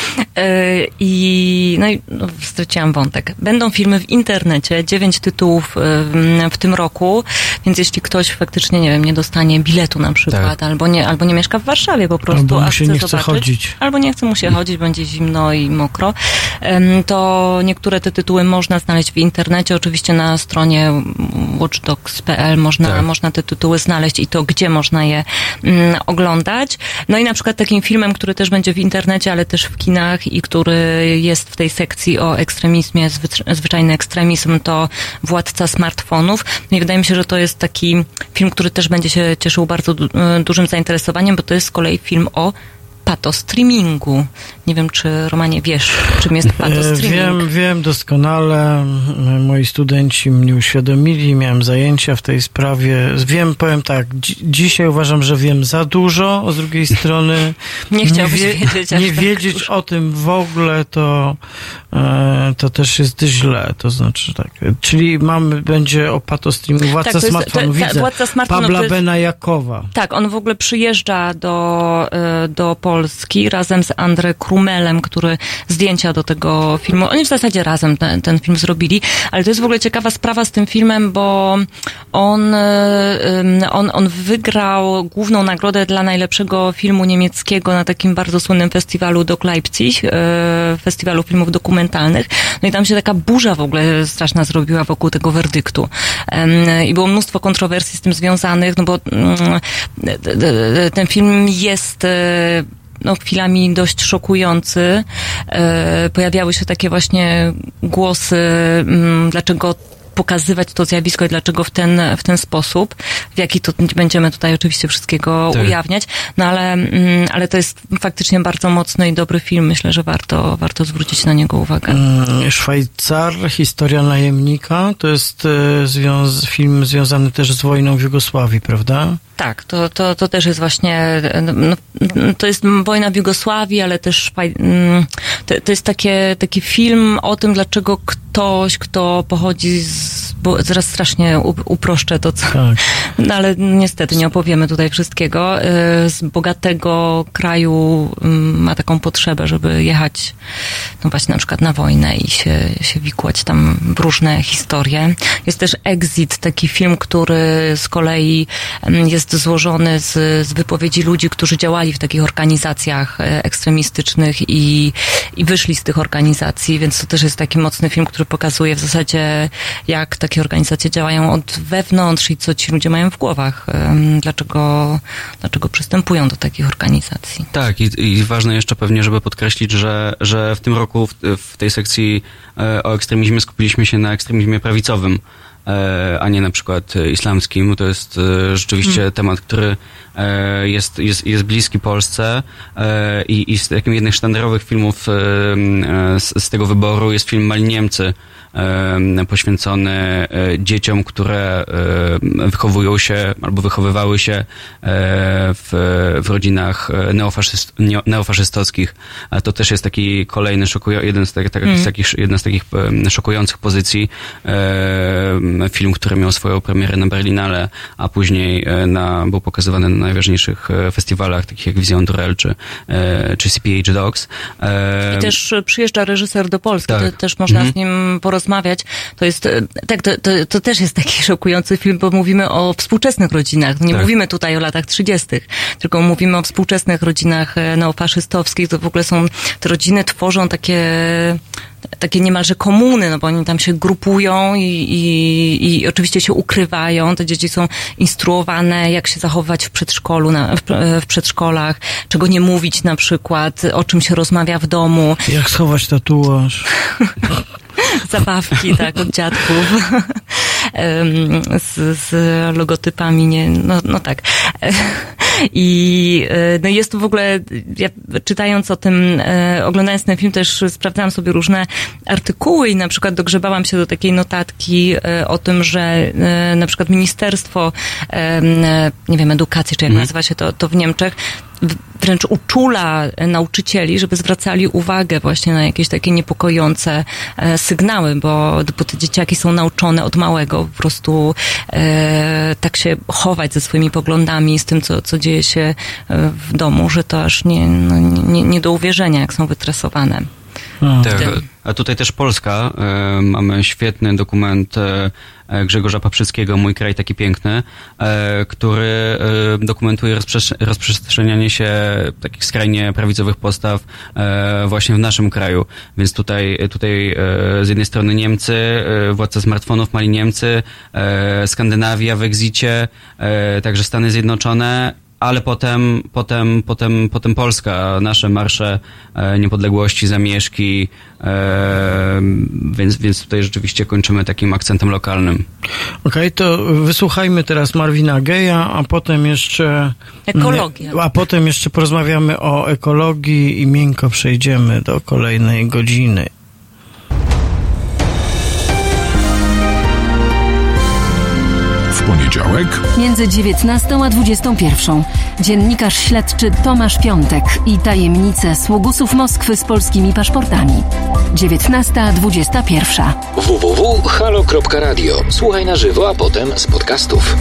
I no i no, straciłam wątek. Będą filmy w internecie, dziewięć tytułów w tym roku, więc jeśli ktoś faktycznie, nie wiem, nie dostanie biletu na przykład, tak. albo, nie, albo nie mieszka w Warszawie po prostu, albo a mu się chce nie chce zobaczyć, chodzić. albo nie chce mu się chodzić, będzie zimno i mokro, to niektóre te tytuły można znaleźć w internecie, oczywiście na stronie watchdogs kropka p l można, tak. można te tytuły znaleźć i to, gdzie można je mm, oglądać. No i na przykład takim filmem, który też będzie w internecie, ale też w kinach i który jest w tej sekcji o ekstremizmie, zwy- zwyczajny ekstremizm, to Władca smartfonów. No i wydaje mi się, że to jest taki film, który też będzie się cieszył bardzo du- dużym zainteresowaniem, bo to jest z kolei film o patostreamingu. Nie wiem, czy Romanie wiesz, czym jest patostreaming? Wiem, wiem doskonale. Moi studenci mnie uświadomili, miałem zajęcia w tej sprawie. Wiem, powiem tak, dzi- dzisiaj uważam, że wiem za dużo, a z drugiej strony nie chciałbyś wie- wiedzieć. Nie tak wiedzieć dużo. o tym w ogóle, to, e, to też jest źle. To znaczy tak. Czyli mamy, będzie o patostreamingu. Władca tak, smartfonu, to, to, widzę. Władca smartfonu, Pabla jest, Benajakowa. Tak, on w ogóle przyjeżdża do, do Polski razem z André Krum Bumelem, który zdjęcia do tego filmu, oni w zasadzie razem ten, ten film zrobili, ale to jest w ogóle ciekawa sprawa z tym filmem, bo on, on, on wygrał główną nagrodę dla najlepszego filmu niemieckiego na takim bardzo słynnym festiwalu Doc Leipzig, festiwalu filmów dokumentalnych. No i tam się taka burza w ogóle straszna zrobiła wokół tego werdyktu. I było mnóstwo kontrowersji z tym związanych, no bo ten film jest no, chwilami dość szokujący. Pojawiały się takie właśnie głosy, dlaczego pokazywać to zjawisko i dlaczego w ten, w ten sposób, w jaki to nie będziemy tutaj oczywiście wszystkiego tak. ujawniać, no ale, ale to jest faktycznie bardzo mocny i dobry film. Myślę, że warto, warto zwrócić na niego uwagę. Szwajcar, historia najemnika, to jest związ- film związany też z wojną w Jugosławii, prawda? Tak, to, to, to też jest właśnie, no, to jest wojna w Jugosławii, ale też to, to jest takie, taki film o tym, dlaczego ktoś, kto pochodzi z, bo zaraz strasznie uproszczę to, co, tak. no ale niestety nie opowiemy tutaj wszystkiego, z bogatego kraju ma taką potrzebę, żeby jechać, no właśnie na przykład na wojnę i się, się wikłać tam w różne historie. Jest też Exit, taki film, który z kolei jest złożony z, z wypowiedzi ludzi, którzy działali w takich organizacjach ekstremistycznych i, i wyszli z tych organizacji, więc to też jest taki mocny film, który pokazuje w zasadzie, jak takie organizacje działają od wewnątrz i co ci ludzie mają w głowach, dlaczego, dlaczego przystępują do takich organizacji. Tak, i, i ważne jeszcze pewnie, żeby podkreślić, że, że w tym roku w, w tej sekcji o ekstremizmie skupiliśmy się na ekstremizmie prawicowym, a nie na przykład islamskim. To jest rzeczywiście hmm. temat, który jest, jest, jest bliski Polsce i, i z takim jednych sztandarowych filmów z, z tego wyboru jest film Mali Niemcy, poświęcony dzieciom, które wychowują się albo wychowywały się w, w rodzinach neofaszyst, neofaszystowskich. To też jest taki kolejny szokujący, jeden z takich, mm. takich, jedna z takich szokujących pozycji. Film, który miał swoją premierę na Berlinale, a później na, był pokazywany na najważniejszych festiwalach, takich jak Vision Durel czy, czy C P H Docs. I też przyjeżdża reżyser do Polski, tak. to też można mm. z nim porozmawiać. To jest, tak, to, to, to też jest taki szokujący film, bo mówimy o współczesnych rodzinach. Nie tak. mówimy tutaj o latach trzydziestych, tylko mówimy o współczesnych rodzinach neofaszystowskich. To w ogóle są, te rodziny tworzą takie takie niemalże komuny, no bo oni tam się grupują i, i, i oczywiście się ukrywają. Te dzieci są instruowane, jak się zachowywać w przedszkolu, na, w, w przedszkolach, czego nie mówić na przykład, o czym się rozmawia w domu. Jak schować tatuaż. Zabawki, tak, od dziadków. z, z logotypami, nie, no, no tak. I no jest to w ogóle, ja czytając o tym, oglądając ten film, też sprawdzałam sobie różne artykuły i na przykład dogrzebałam się do takiej notatki o tym, że na przykład Ministerstwo, nie wiem, Edukacji, czy jak hmm. nazywa się to, to w Niemczech, wręcz uczula nauczycieli, żeby zwracali uwagę właśnie na jakieś takie niepokojące e, sygnały, bo, bo te dzieciaki są nauczone od małego po prostu e, tak się chować ze swoimi poglądami, z tym, co, co dzieje się w domu, że to aż nie, no, nie, nie do uwierzenia, jak są wytresowane. Tak, a tutaj też Polska. E, mamy świetny dokument e, Grzegorza Paprzyckiego, Mój kraj taki piękny, e, który e, dokumentuje rozprze- rozprzestrzenianie się takich skrajnie prawicowych postaw e, właśnie w naszym kraju. Więc tutaj, tutaj e, z jednej strony Niemcy, e, władca smartfonów, Mali Niemcy, e, Skandynawia w egzicie, e, także Stany Zjednoczone, ale potem, potem, potem, potem Polska, nasze marsze e, niepodległości, zamieszki, e, więc, więc tutaj rzeczywiście kończymy takim akcentem lokalnym. Okej, okay, to wysłuchajmy teraz Marvina Gaye'a, a potem jeszcze... Ekologia. A potem jeszcze porozmawiamy o ekologii i miękko przejdziemy do kolejnej godziny. Poniedziałek między dziewiętnastą a dwudziestą pierwszą dziennikarz śledczy Tomasz Piątek i tajemnice sługusów Moskwy z polskimi paszportami. dziewiętnasta dwudziesta pierwsza. w w w kropka halo kropka radio. Słuchaj na żywo, a potem z podcastów.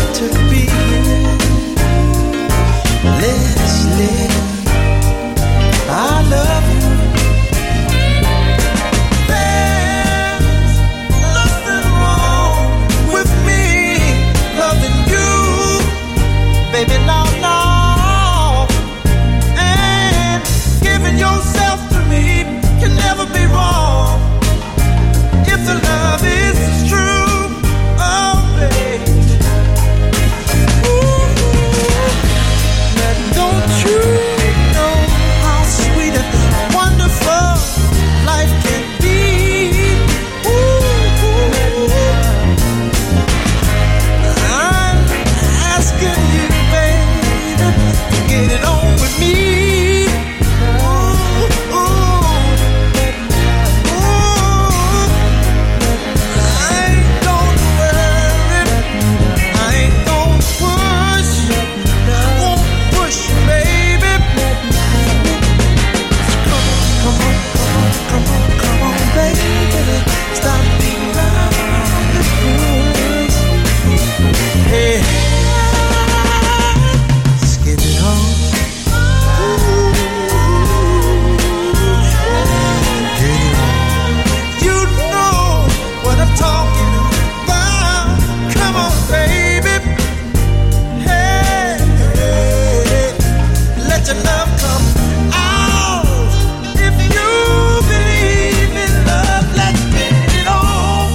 meant to be. Leslie, I love you. There's nothing wrong with me loving you, baby, no, no. And giving yourself to me can never be wrong if the love is true. Oh, baby. Ooh, now don't you know how sweet and wonderful life can be? Ooh, I'm asking you, baby, to get it on with me. Ooh, ooh, ooh. I ain't gonna worry, I ain't gonna push, won't push, baby. Come on, come on, come on, come on, come on, baby. Stop being around the bush. Hey, let's get it on. Ooh, get it on. You know what I'm talking about. Come on, baby. Hey, hey, let your love come out. If you believe in love, let's get it on.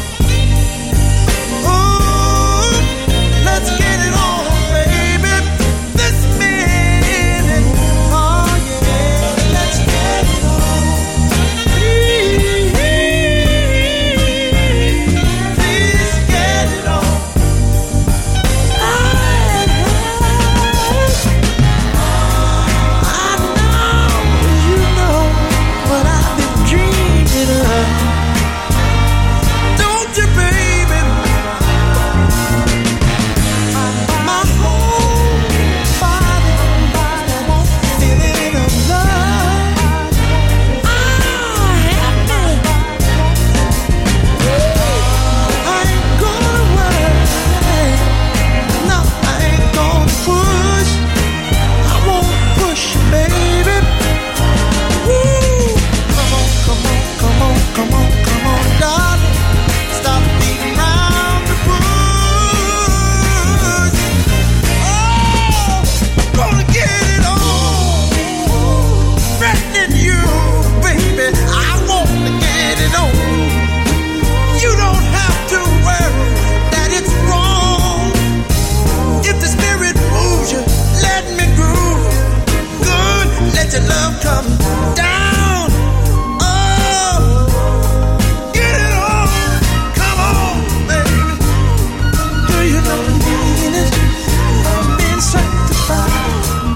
Ooh, let's get it on, baby. This minute, oh yeah, let's get it on. Please, please get it on. I know you know what I've been dreaming of. Don't you, baby? My whole body wants a feeling of love. Ah, happy. I ain't gonna worry. No, I ain't gonna push. I won't push, baby. Woo! Come on, come on, come on, come on, come on, darling. Stop beating around the bush. Oh, gonna get it on. Threatening you, baby. I wanna get it on. You don't have to worry that it's wrong. If the spirit moves you, let me groove. Good, let your love come down. Oh, get it on. Come on, baby. Do you know the meaning of being sanctified?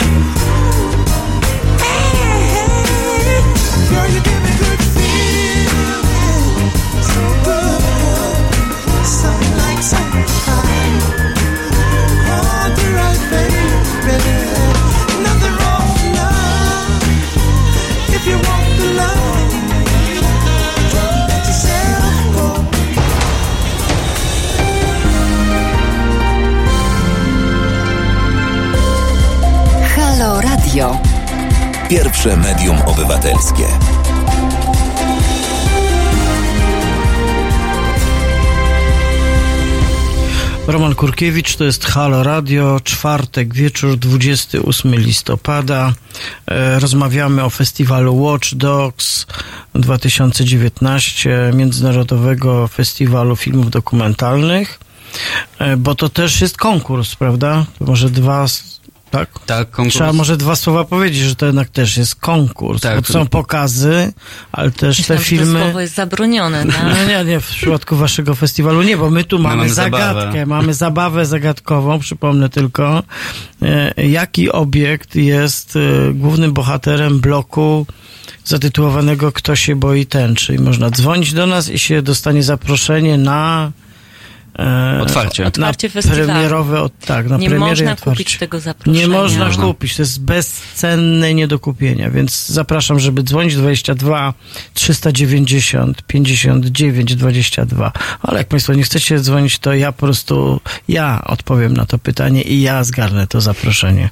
Hey, hey, girl, you give me good feeling. So good, something like sanctified. On the right, baby. Nothing wrong with love. If you want the love, don't let yourself go. Halo Radio. Pierwsze medium obywatelskie. Roman Kurkiewicz, to jest Halo Radio, czwartek, wieczór, dwudziestego ósmego listopada. E, rozmawiamy o festiwalu Watch Dogs dwa tysiące dziewiętnaście, Międzynarodowego Festiwalu Filmów Dokumentalnych, e, bo to też jest konkurs, prawda? To może dwa... Tak? Tak, konkurs. Trzeba może dwa słowa powiedzieć, że to jednak też jest konkurs. Tak. Bo to są pokazy, ale też Myślałam, te filmy... że to słowo jest zabronione. Tak? No nie, nie, w przypadku waszego festiwalu nie, bo my tu mamy, mamy zagadkę, zabawę. mamy zabawę zagadkową, przypomnę tylko, e, jaki obiekt jest e, głównym bohaterem bloku zatytułowanego Kto się boi tęczy. I można dzwonić do nas i się dostanie zaproszenie na E, Otwarcie. Otwarcie na festiwalu. Premierowe, od, tak, na Nie premiery można i otwarcie. kupić tego zaproszenia. Nie można Można. kupić, to jest bezcenne nie do kupienia, więc zapraszam, żeby dzwonić dwadzieścia dwa trzysta dziewięćdziesiąt pięćdziesiąt dziewięć dwadzieścia dwa. Ale jak Państwo nie chcecie dzwonić, to ja po prostu, ja odpowiem na to pytanie i ja zgarnę to zaproszenie.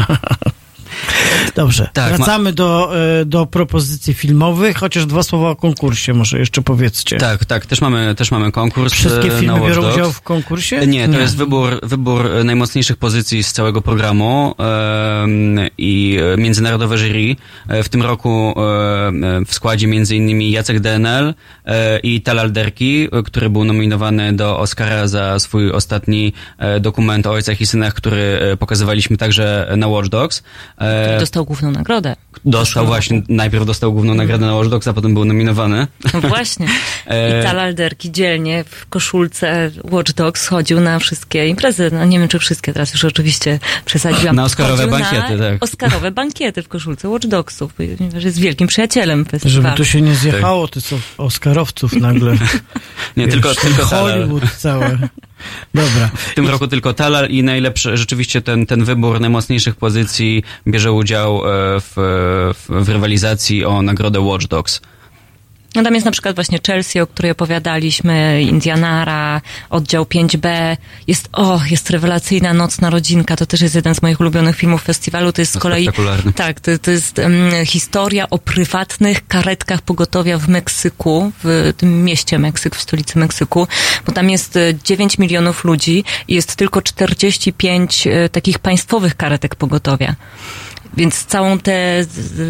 Dobrze, Tak, wracamy do, e, do propozycji filmowych, chociaż dwa słowa o konkursie może jeszcze powiedzcie. Tak, tak, też mamy, też mamy konkurs. Wszystkie e, filmy na Watch biorą Dogs. udział w konkursie? Nie, to jest wybór, wybór najmocniejszych pozycji z całego programu em, i e, międzynarodowe jury. E, W tym roku e, w składzie między innymi Jacek D N L e, i Talal Derki, e, który był nominowany do Oscara za swój ostatni e, dokument o ojcach i synach, który e, pokazywaliśmy także na Watch Dogs. E, Dostał główną nagrodę. Dostał właśnie, najpierw dostał główną nagrodę na Watch Dogs, a potem był nominowany. No właśnie. E, I Talal Derki dzielnie w koszulce Watch Dogs chodził na wszystkie imprezy. No nie wiem, czy wszystkie, teraz już oczywiście przesadziłam. Na Oscarowe Chodził bankiety, na tak. Oscarowe bankiety w koszulce Watch Dogsów, ponieważ jest wielkim przyjacielem festiwalu. Żeby tu się nie zjechało, to co Oscarowców nagle. Nie, Wiesz, tylko, tylko Talal. Hollywood całe. Dobra. W tym roku tylko Talal i najlepszy, rzeczywiście ten, ten wybór najmocniejszych pozycji bierze udział e, w, w, w rywalizacji o nagrodę Watch Dogs. No tam jest na przykład właśnie Chelsea, o której opowiadaliśmy, Indianara, oddział pięć B. Jest, o, jest rewelacyjna Nocna rodzinka, to też jest jeden z moich ulubionych filmów festiwalu. To jest z kolei, Spektakularny. tak, to, to jest um, historia o prywatnych karetkach pogotowia w Meksyku, w tym mieście Meksyk, w stolicy Meksyku, bo tam jest e, dziewięć milionów ludzi i jest tylko czterdzieści pięć e, takich państwowych karetek pogotowia. Więc całą tę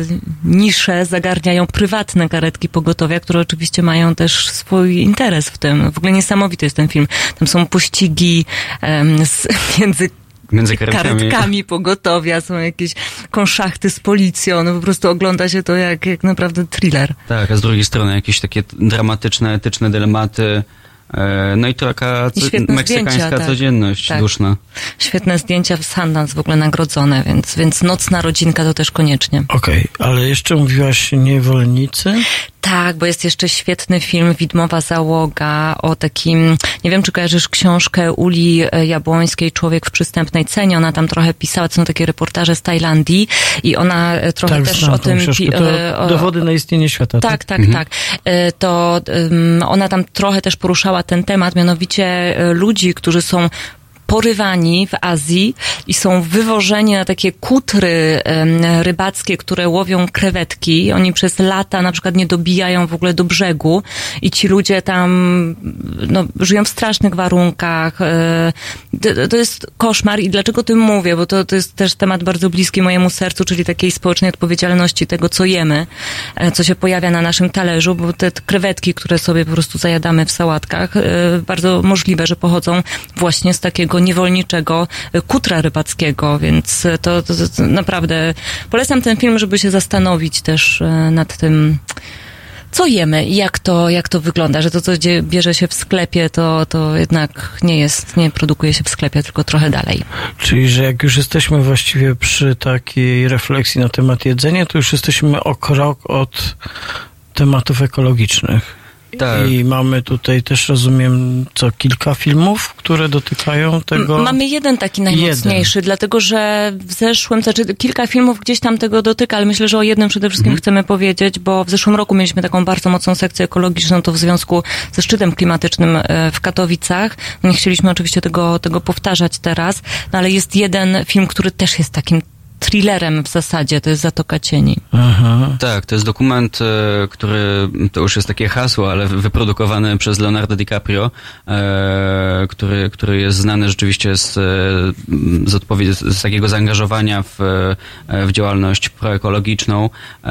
niszę zagarniają prywatne karetki pogotowia, które oczywiście mają też swój interes w tym. W ogóle niesamowity jest ten film. Tam są pościgi um, z, między Między karetkami. karetkami pogotowia, są jakieś konszachty z policją, no po prostu ogląda się to jak, jak naprawdę thriller. Tak, a z drugiej strony jakieś takie dramatyczne, etyczne dylematy. E, no i to taka I co, świetne meksykańska zdjęcia, tak. codzienność Tak. duszna. Świetne zdjęcia w Sundance w ogóle nagrodzone, więc, więc Nocna rodzinka to też koniecznie. Okej, ale jeszcze mówiłaś Niewolnicy? Tak, bo jest jeszcze świetny film Widmowa załoga o takim, nie wiem czy kojarzysz książkę Uli Jabłońskiej Człowiek w przystępnej cenie, ona tam trochę pisała, to są takie reportaże z Tajlandii i ona trochę Tak, też znam o tą tym... książkę. pi- To o- Dowody na istnienie świata. Tak, tak, tak. E, To um, ona tam trochę też poruszała ten temat, mianowicie e, ludzi, którzy są porywani w Azji i są wywożeni na takie kutry em, rybackie, które łowią krewetki. Oni przez lata na przykład nie dobijają w ogóle do brzegu i ci ludzie tam no, żyją w strasznych warunkach. E, to, to jest koszmar i dlaczego o tym mówię? Bo to, to jest też temat bardzo bliski mojemu sercu, czyli takiej społecznej odpowiedzialności tego, co jemy, e, co się pojawia na naszym talerzu, bo te krewetki, które sobie po prostu zajadamy w sałatkach, e, bardzo możliwe, że pochodzą właśnie z takiego niewolniczego kutra rybackiego, więc to, to, to naprawdę polecam ten film, żeby się zastanowić też e, nad tym, co jemy i jak to, jak to wygląda, że to, co gdzie bierze się w sklepie, to, to jednak nie jest, nie produkuje się w sklepie, tylko trochę dalej. Czyli, że jak już jesteśmy właściwie przy takiej refleksji na temat jedzenia, to już jesteśmy o krok od tematów ekologicznych. Tak. I mamy tutaj też, rozumiem, co kilka filmów, które dotykają tego. M- Mamy jeden taki najmocniejszy, Jeden. dlatego że w zeszłym, znaczy kilka filmów gdzieś tam tego dotyka, ale myślę, że o jednym przede wszystkim Mhm. chcemy powiedzieć, bo w zeszłym roku mieliśmy taką bardzo mocną sekcję ekologiczną, to w związku ze szczytem klimatycznym e, w Katowicach. No nie chcieliśmy oczywiście tego, tego powtarzać teraz, no ale jest jeden film, który też jest takim thrillerem w zasadzie, to jest Zatoka Cieni. Aha. Tak, to jest dokument, e, który, to już jest takie hasło, ale wyprodukowany przez Leonardo DiCaprio, e, który, który jest znany rzeczywiście z, z, odpowiedzi, z takiego zaangażowania w, w działalność proekologiczną.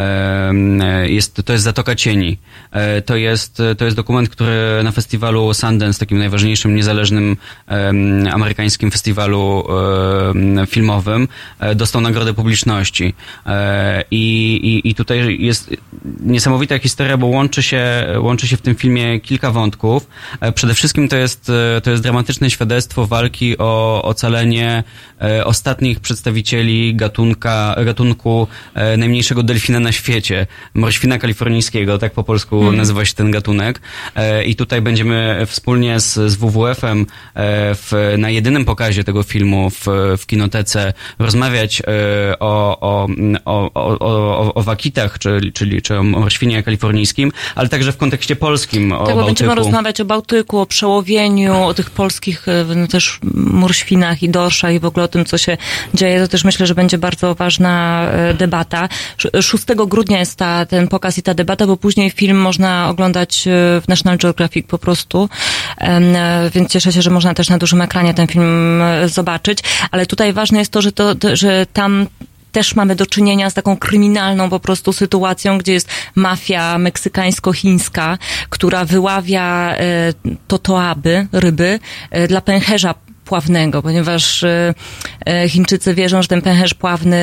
E, jest, to jest Zatoka Cieni. E, to jest, to jest dokument, który na festiwalu Sundance, takim najważniejszym, niezależnym e, amerykańskim festiwalu e, filmowym, e, dostał nagrodę nagrodę publiczności. E, i, i, I tutaj jest niesamowita historia, bo łączy się, łączy się w tym filmie kilka wątków. E, przede wszystkim to jest, to jest dramatyczne świadectwo walki o ocalenie e, ostatnich przedstawicieli gatunka, gatunku e, najmniejszego delfina na świecie, morświna kalifornijskiego, tak po polsku hmm. nazywa się ten gatunek. E, I tutaj będziemy wspólnie z, z W W F-em e, w, na jedynym pokazie tego filmu w, w kinotece rozmawiać e, o, o, o, o, o, o wakitach, czyli, czyli czy o morświnie kalifornijskim, ale także w kontekście polskim o Tego Bałtyku. Będziemy rozmawiać o Bałtyku, o przełowieniu, o tych polskich no, też morświnach i dorszach i w ogóle o tym, co się dzieje. To też myślę, że będzie bardzo ważna debata. szóstego grudnia jest ta, ten pokaz i ta debata, bo później film można oglądać w National Geographic po prostu, więc cieszę się, że można też na dużym ekranie ten film zobaczyć, ale tutaj ważne jest to, że, to, że tam też mamy do czynienia z taką kryminalną po prostu sytuacją, gdzie jest mafia meksykańsko-chińska, która wyławia e, totoaby, ryby, e, dla pęcherza pławnego, ponieważ e, Chińczycy wierzą, że ten pęcherz pławny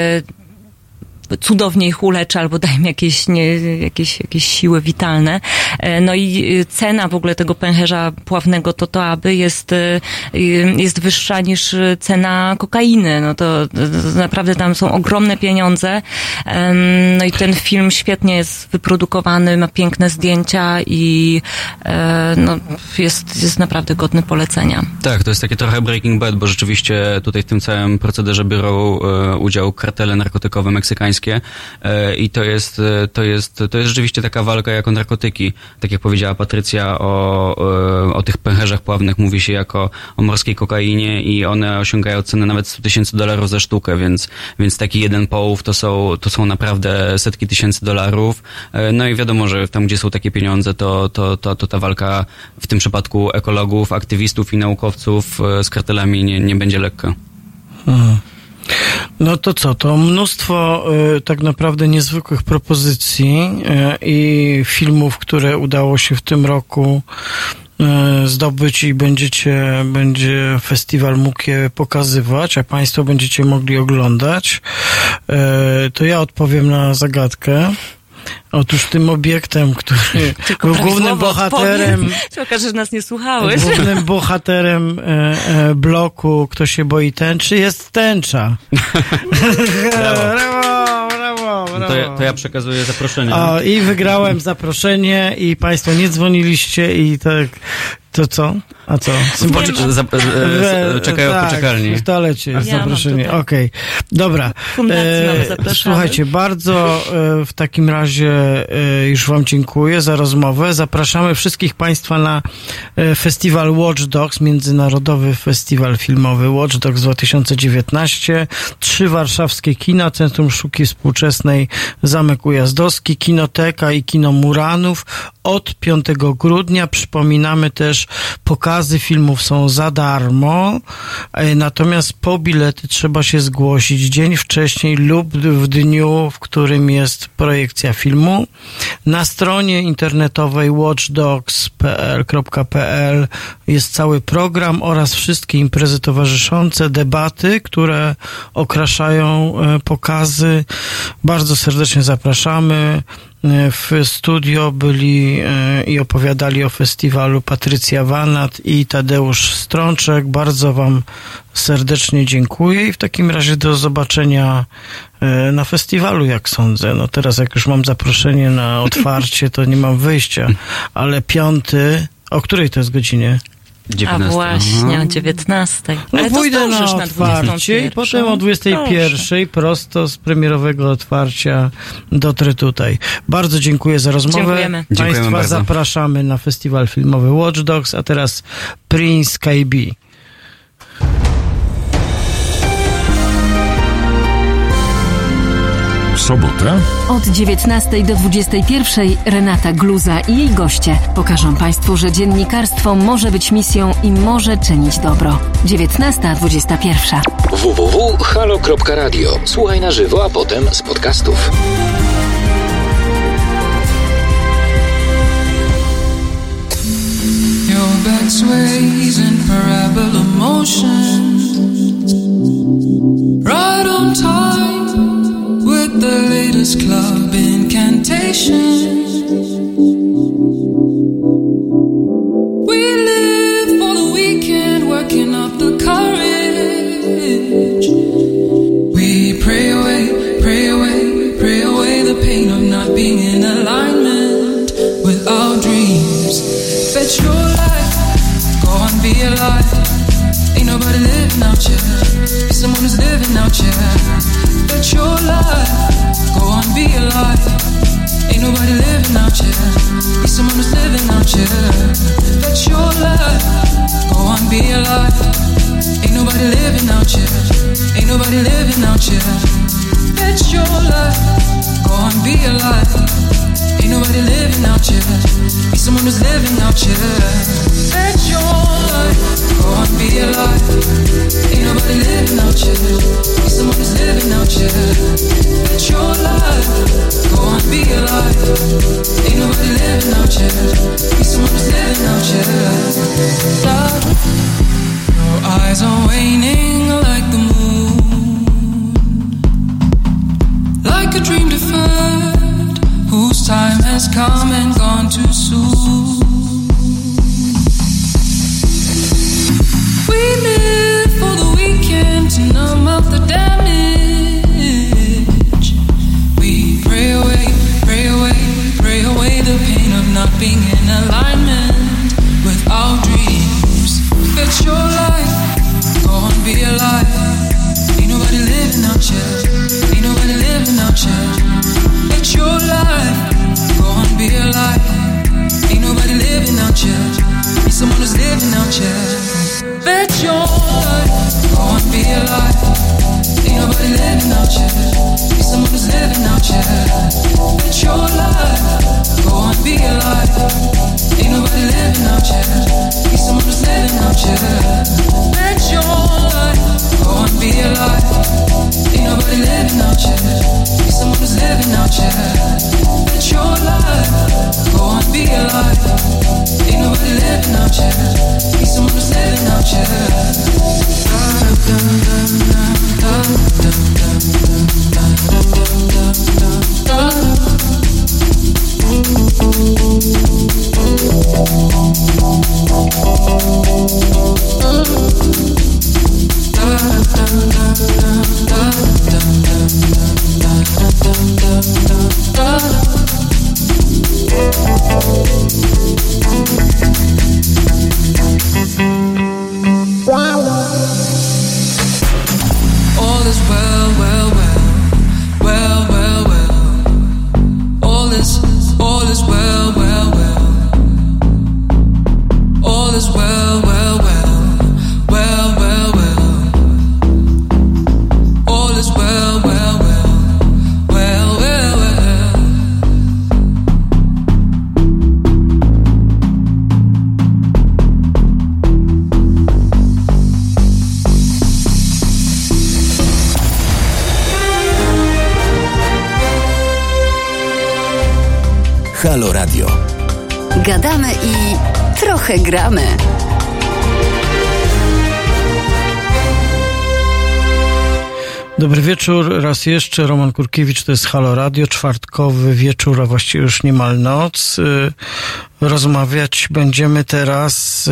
cudownie ich uleczy albo daje im jakieś, nie, jakieś, jakieś siły witalne. No i cena w ogóle tego pęcherza pławnego totoaby jest, jest wyższa niż cena kokainy. No to, to naprawdę tam są ogromne pieniądze. No i ten film świetnie jest wyprodukowany, ma piękne zdjęcia i no, jest, jest naprawdę godny polecenia. Tak, to jest takie trochę Breaking Bad, bo rzeczywiście tutaj w tym całym procederze biorą udział kartele narkotykowe meksykańskie. I to jest, to jest, to jest rzeczywiście taka walka jak o narkotyki. Tak jak powiedziała Patrycja o, o tych pęcherzach pławnych, mówi się jako o morskiej kokainie i one osiągają cenę nawet sto tysięcy dolarów za sztukę, więc, więc taki jeden połów to są, to są naprawdę setki tysięcy dolarów. No i wiadomo, że tam, gdzie są takie pieniądze, to, to, to, to ta walka w tym przypadku ekologów, aktywistów i naukowców z kartelami nie, nie będzie lekka. Hmm. No to co, to mnóstwo y, tak naprawdę niezwykłych propozycji y, i filmów, które udało się w tym roku y, zdobyć i będziecie, będzie festiwal mógł je pokazywać, a państwo będziecie mogli oglądać. Y, to ja odpowiem na zagadkę. Otóż tym obiektem, który Tylko był głównym bohaterem... Się okaże, że nas nie słuchałeś. Głównym bohaterem e, e, bloku Kto się boi tęczy jest tęcza. Brawo. brawo, brawo, brawo. To, ja, to ja przekazuję zaproszenie. O, i wygrałem zaproszenie i państwo nie dzwoniliście i tak... To co? A co? Poczek- za, e, czekają tak, w poczekalni. W toalecie jest Ja zaproszenie. Okej. Okay. Dobra. E, słuchajcie, bardzo e, w takim razie e, już wam dziękuję za rozmowę. Zapraszamy wszystkich państwa na e, festiwal Watch Dogs, Międzynarodowy Festiwal Filmowy Watch Dogs dwa tysiące dziewiętnaście. Trzy warszawskie kina, Centrum Sztuki Współczesnej, Zamek Ujazdowski, Kinoteka i Kino Muranów. Od piątego grudnia przypominamy też, pokazy filmów są za darmo, natomiast po bilety trzeba się zgłosić dzień wcześniej lub w dniu, w którym jest projekcja filmu. Na stronie internetowej watchdogs kropka p l jest cały program oraz wszystkie imprezy towarzyszące, debaty, które okraszają pokazy. Bardzo serdecznie zapraszamy. W studio byli i opowiadali o festiwalu Patrycja Wanat i Tadeusz Strączek. Bardzo wam serdecznie dziękuję i w takim razie do zobaczenia na festiwalu, jak sądzę. No teraz jak już mam zaproszenie na otwarcie, to nie mam wyjścia, ale piąty, o której to jest godzinie? dziewiętnasta. A właśnie, o dziewiętnastej. No Ale pójdę na na otwarcie i potem o dwudziestej pierwszej prosto z premierowego otwarcia dotrę tutaj. Bardzo dziękuję za rozmowę. Dziękujemy. Państwa Dziękujemy bardzo. zapraszamy na festiwal filmowy Watch Dogs, a teraz Prince K B. W sobotę Od dziewiętnastej do dwudziestej pierwszej Renata Gluza i jej goście pokażą Państwu, że dziennikarstwo może być misją i może czynić dobro. dziewiętnasta dwudziesta pierwsza. w w w kropka halo kropka radio. Słuchaj na żywo, a potem z podcastów. Your back sways in parabola motion, right on time. Breakfast Club incantation. We live for the weekend, working up the courage. We pray away, pray away, pray away the pain of not being in alignment with our dreams. Bet your life, go on, be alive. Ain't nobody living out here. Be someone who's living out here. Bet your life, go on, be alive. Ain't nobody living out here. Be someone who's living out here. Bet your life, go on, be alive. Ain't nobody living out here. Ain't nobody living out here. Bet your life, go on, be alive. Ain't nobody living out here. Be someone who's living out here. Bet your life, go on, be alive. Ain't nobody living out here. Be someone who's living out here. Bet your life, go on, be alive. Ain't nobody living out here. Be someone who's living out here. Your eyes are waning like the moon, like a dream deferred, whose time has come and gone too soon. We live for the weekend to numb up the damage. We pray away, pray away, pray away the pain of not being in alignment with our dreams. Bet your life, go on, be alive. Ain't nobody living out here. Ain't nobody living out here. Bet your life, go on, be alive. Ain't nobody living out here. Be someone who's living out here. Bet your life, go on, be alive. Ain't nobody living out here. Be someone who's living out here. Bet your life, go on, be alive. Ain't nobody living out here. Be someone who's living out here. Bet your life, go on, be alive. Ain't nobody living out here. Be someone who's living out here. Bet your life, go on, be alive. Ain't nobody living out here. Be someone who's living out here. All is well, well, well, well, well, well. All is, all is well, well, well. All is well, well, well, well, well, well. All is well, well, well, well, well, well. Halo Radio. Gadamy i trochę gramy. Dobry wieczór, raz jeszcze, Roman Kurkiewicz, to jest Halo Radio, czwartkowy wieczór, a właściwie już niemal noc. Rozmawiać będziemy teraz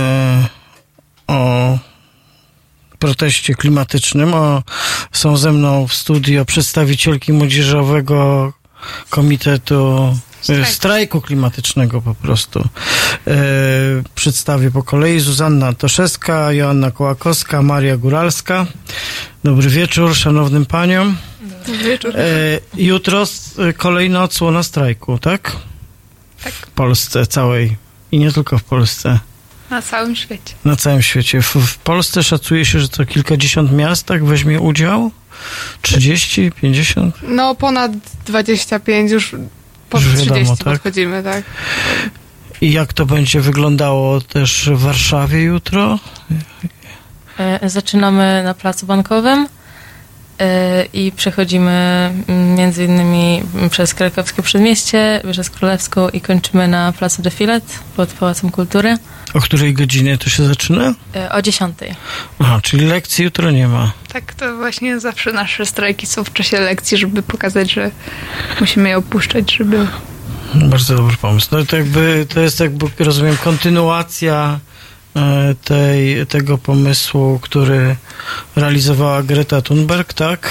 o proteście klimatycznym. O, są ze mną w studio przedstawicielki Młodzieżowego Komitetu Strajku, strajku klimatycznego po prostu. E, przedstawię po kolei. Zuzanna Toszewska, Joanna Kołakowska, Maria Góralska. Dobry wieczór szanownym paniom. Dobry wieczór. E, jutro kolejna odsłona strajku, tak? Tak. W Polsce całej i nie tylko w Polsce. Na całym świecie. Na całym świecie. W, w Polsce szacuje się, że to kilkadziesiąt miast tak weźmie udział? trzydzieści, pięćdziesiąt? No ponad dwadzieścia pięć, już pod już wiadomo, trzydzieści tak? podchodzimy, tak. I jak to będzie wyglądało też w Warszawie jutro? Zaczynamy na Placu Bankowym i przechodzimy między innymi przez Krakowskie Przedmieście, Wieżę Królewską i kończymy na Placu Defilet pod Pałacem Kultury. O której godzinie to się zaczyna? E, O dziesiątej. Aha, czyli lekcji jutro nie ma. Tak, to właśnie zawsze nasze strajki są w czasie lekcji, żeby pokazać, że musimy je opuszczać, żeby... Bardzo dobry pomysł. No to jakby, to jest jakby, rozumiem, kontynuacja e, tej, tego pomysłu, który realizowała Greta Thunberg, tak?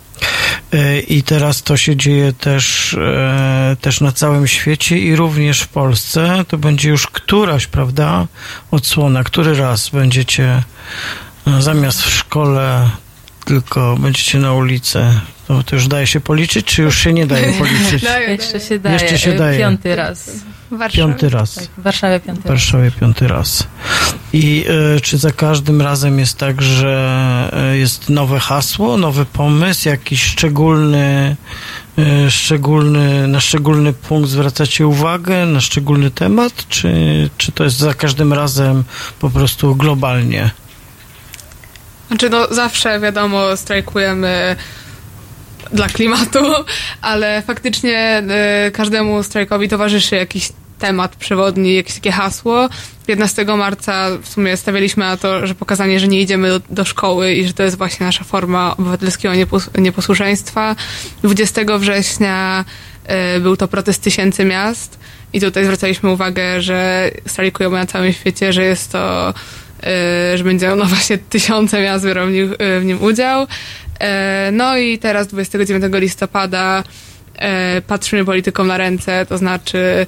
E, I teraz to się dzieje też, e, też na całym świecie i również w Polsce. To będzie już któraś, prawda, odsłona, który raz będziecie e, zamiast w szkole, tylko będziecie na ulicy. To, to już daje się policzyć, czy już się nie daje policzyć? Daję, Jeszcze się daje. Jeszcze się e, daje. Piąty raz. w Warszawie. Piąty raz. Tak, w Warszawie piąty W Warszawie piąty raz. I y, czy za każdym razem jest tak, że y, jest nowe hasło, nowy pomysł, jakiś szczególny, y, szczególny, na szczególny punkt zwracacie uwagę, na szczególny temat, czy, czy to jest za każdym razem po prostu globalnie? Znaczy, no zawsze, wiadomo, strajkujemy dla klimatu, ale faktycznie y, każdemu strajkowi towarzyszy jakiś temat przewodni, jakieś takie hasło. piętnastego marca w sumie stawialiśmy na to, że pokazanie, że nie idziemy do, do szkoły i że to jest właśnie nasza forma obywatelskiego niepos- nieposłuszeństwa. dwudziestego września y, był to protest tysięcy miast i tutaj zwracaliśmy uwagę, że strajkujemy na całym świecie, że jest to że będzie no właśnie tysiące miast biorą w nim, w nim udział. No i teraz dwudziestego dziewiątego listopada patrzymy politykom na ręce, to znaczy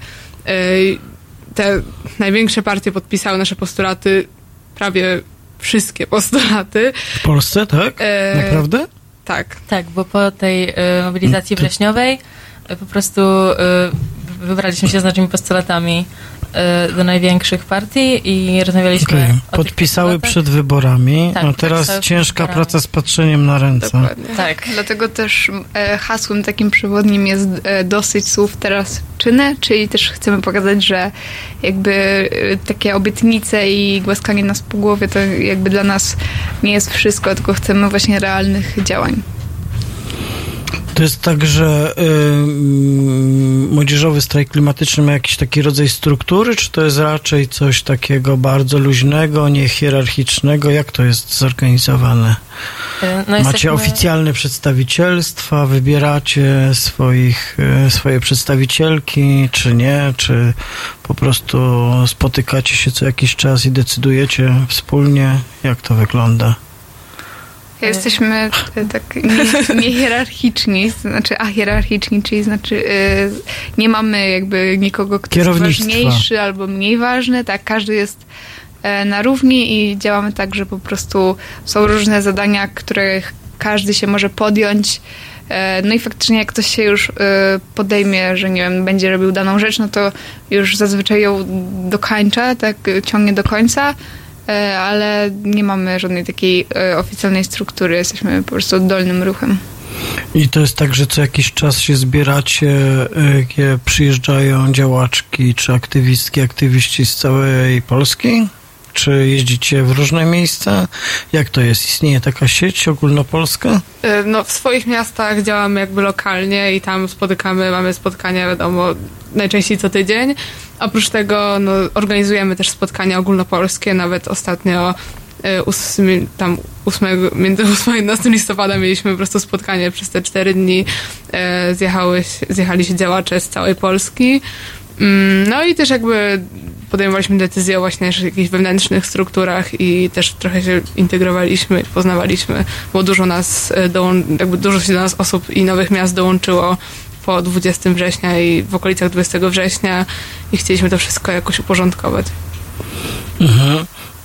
te największe partie podpisały nasze postulaty, prawie wszystkie postulaty. W Polsce, tak? Naprawdę? Tak. Tak, bo po tej mobilizacji wrześniowej po prostu wybraliśmy się z naszymi postulatami do największych partii i rozmawialiśmy okay. o Podpisały przed wyborami, tak, a teraz ciężka praca z patrzeniem na ręce. Dokładnie. Tak. Dlatego też e, hasłem takim przewodnim jest e, dosyć słów, teraz czyny, czyli też chcemy pokazać, że jakby e, takie obietnice i głaskanie nas po głowie to jakby dla nas nie jest wszystko, tylko chcemy właśnie realnych działań. To jest tak, że y, młodzieżowy strajk klimatyczny ma jakiś taki rodzaj struktury, czy to jest raczej coś takiego bardzo luźnego, niehierarchicznego? Jak to jest zorganizowane? No jesteśmy... Macie oficjalne przedstawicielstwa, wybieracie swoich, y, swoje przedstawicielki, czy nie? Czy po prostu spotykacie się co jakiś czas i decydujecie wspólnie? Jak to wygląda? Jesteśmy tak niehierarchiczni, nie znaczy ahierarchiczni, czyli znaczy yy, nie mamy jakby nikogo, kto jest ważniejszy albo mniej ważny, tak, każdy jest yy, na równi i działamy tak, że po prostu są różne zadania, których każdy się może podjąć. Yy, no i faktycznie jak ktoś się już yy, podejmie, że nie wiem, będzie robił daną rzecz, no to już zazwyczaj ją dokańcza, tak, ciągnie do końca. Ale nie mamy żadnej takiej oficjalnej struktury, jesteśmy po prostu oddolnym ruchem. I to jest tak, że co jakiś czas się zbieracie, gdzie przyjeżdżają działaczki, czy aktywistki, aktywiści z całej Polski? Czy jeździcie w różne miejsca? Jak to jest? Istnieje taka sieć ogólnopolska? No, w swoich miastach działamy jakby lokalnie i tam spotykamy, mamy spotkania, wiadomo, najczęściej co tydzień. Oprócz tego no, organizujemy też spotkania ogólnopolskie, nawet ostatnio ósmy, tam ósmego, między ósmym a jedenastego listopada mieliśmy po prostu spotkanie przez te cztery dni. Zjechały, zjechali się działacze z całej Polski. No i też jakby podejmowaliśmy decyzje o właśnie jakichś wewnętrznych strukturach i też trochę się integrowaliśmy, poznawaliśmy, bo dużo nas, dołą- jakby dużo się do nas osób i nowych miast dołączyło po dwudziestego września i w okolicach dwudziestego września i chcieliśmy to wszystko jakoś uporządkować. Mhm.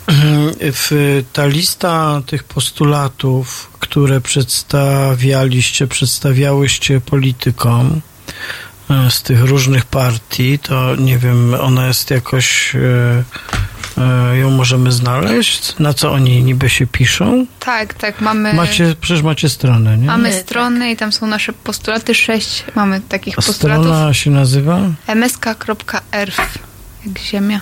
W, ta lista tych postulatów, które przedstawialiście, przedstawiałyście politykom z tych różnych partii, to nie wiem, ona jest jakoś, e, e, ją możemy znaleźć? Na co oni niby się piszą? Tak, tak, mamy... Macie, przecież macie stronę, nie? Mamy stronę i tam są nasze postulaty, sześć mamy takich A postulatów. strona się nazywa? em es ka kropka erf, jak ziemia.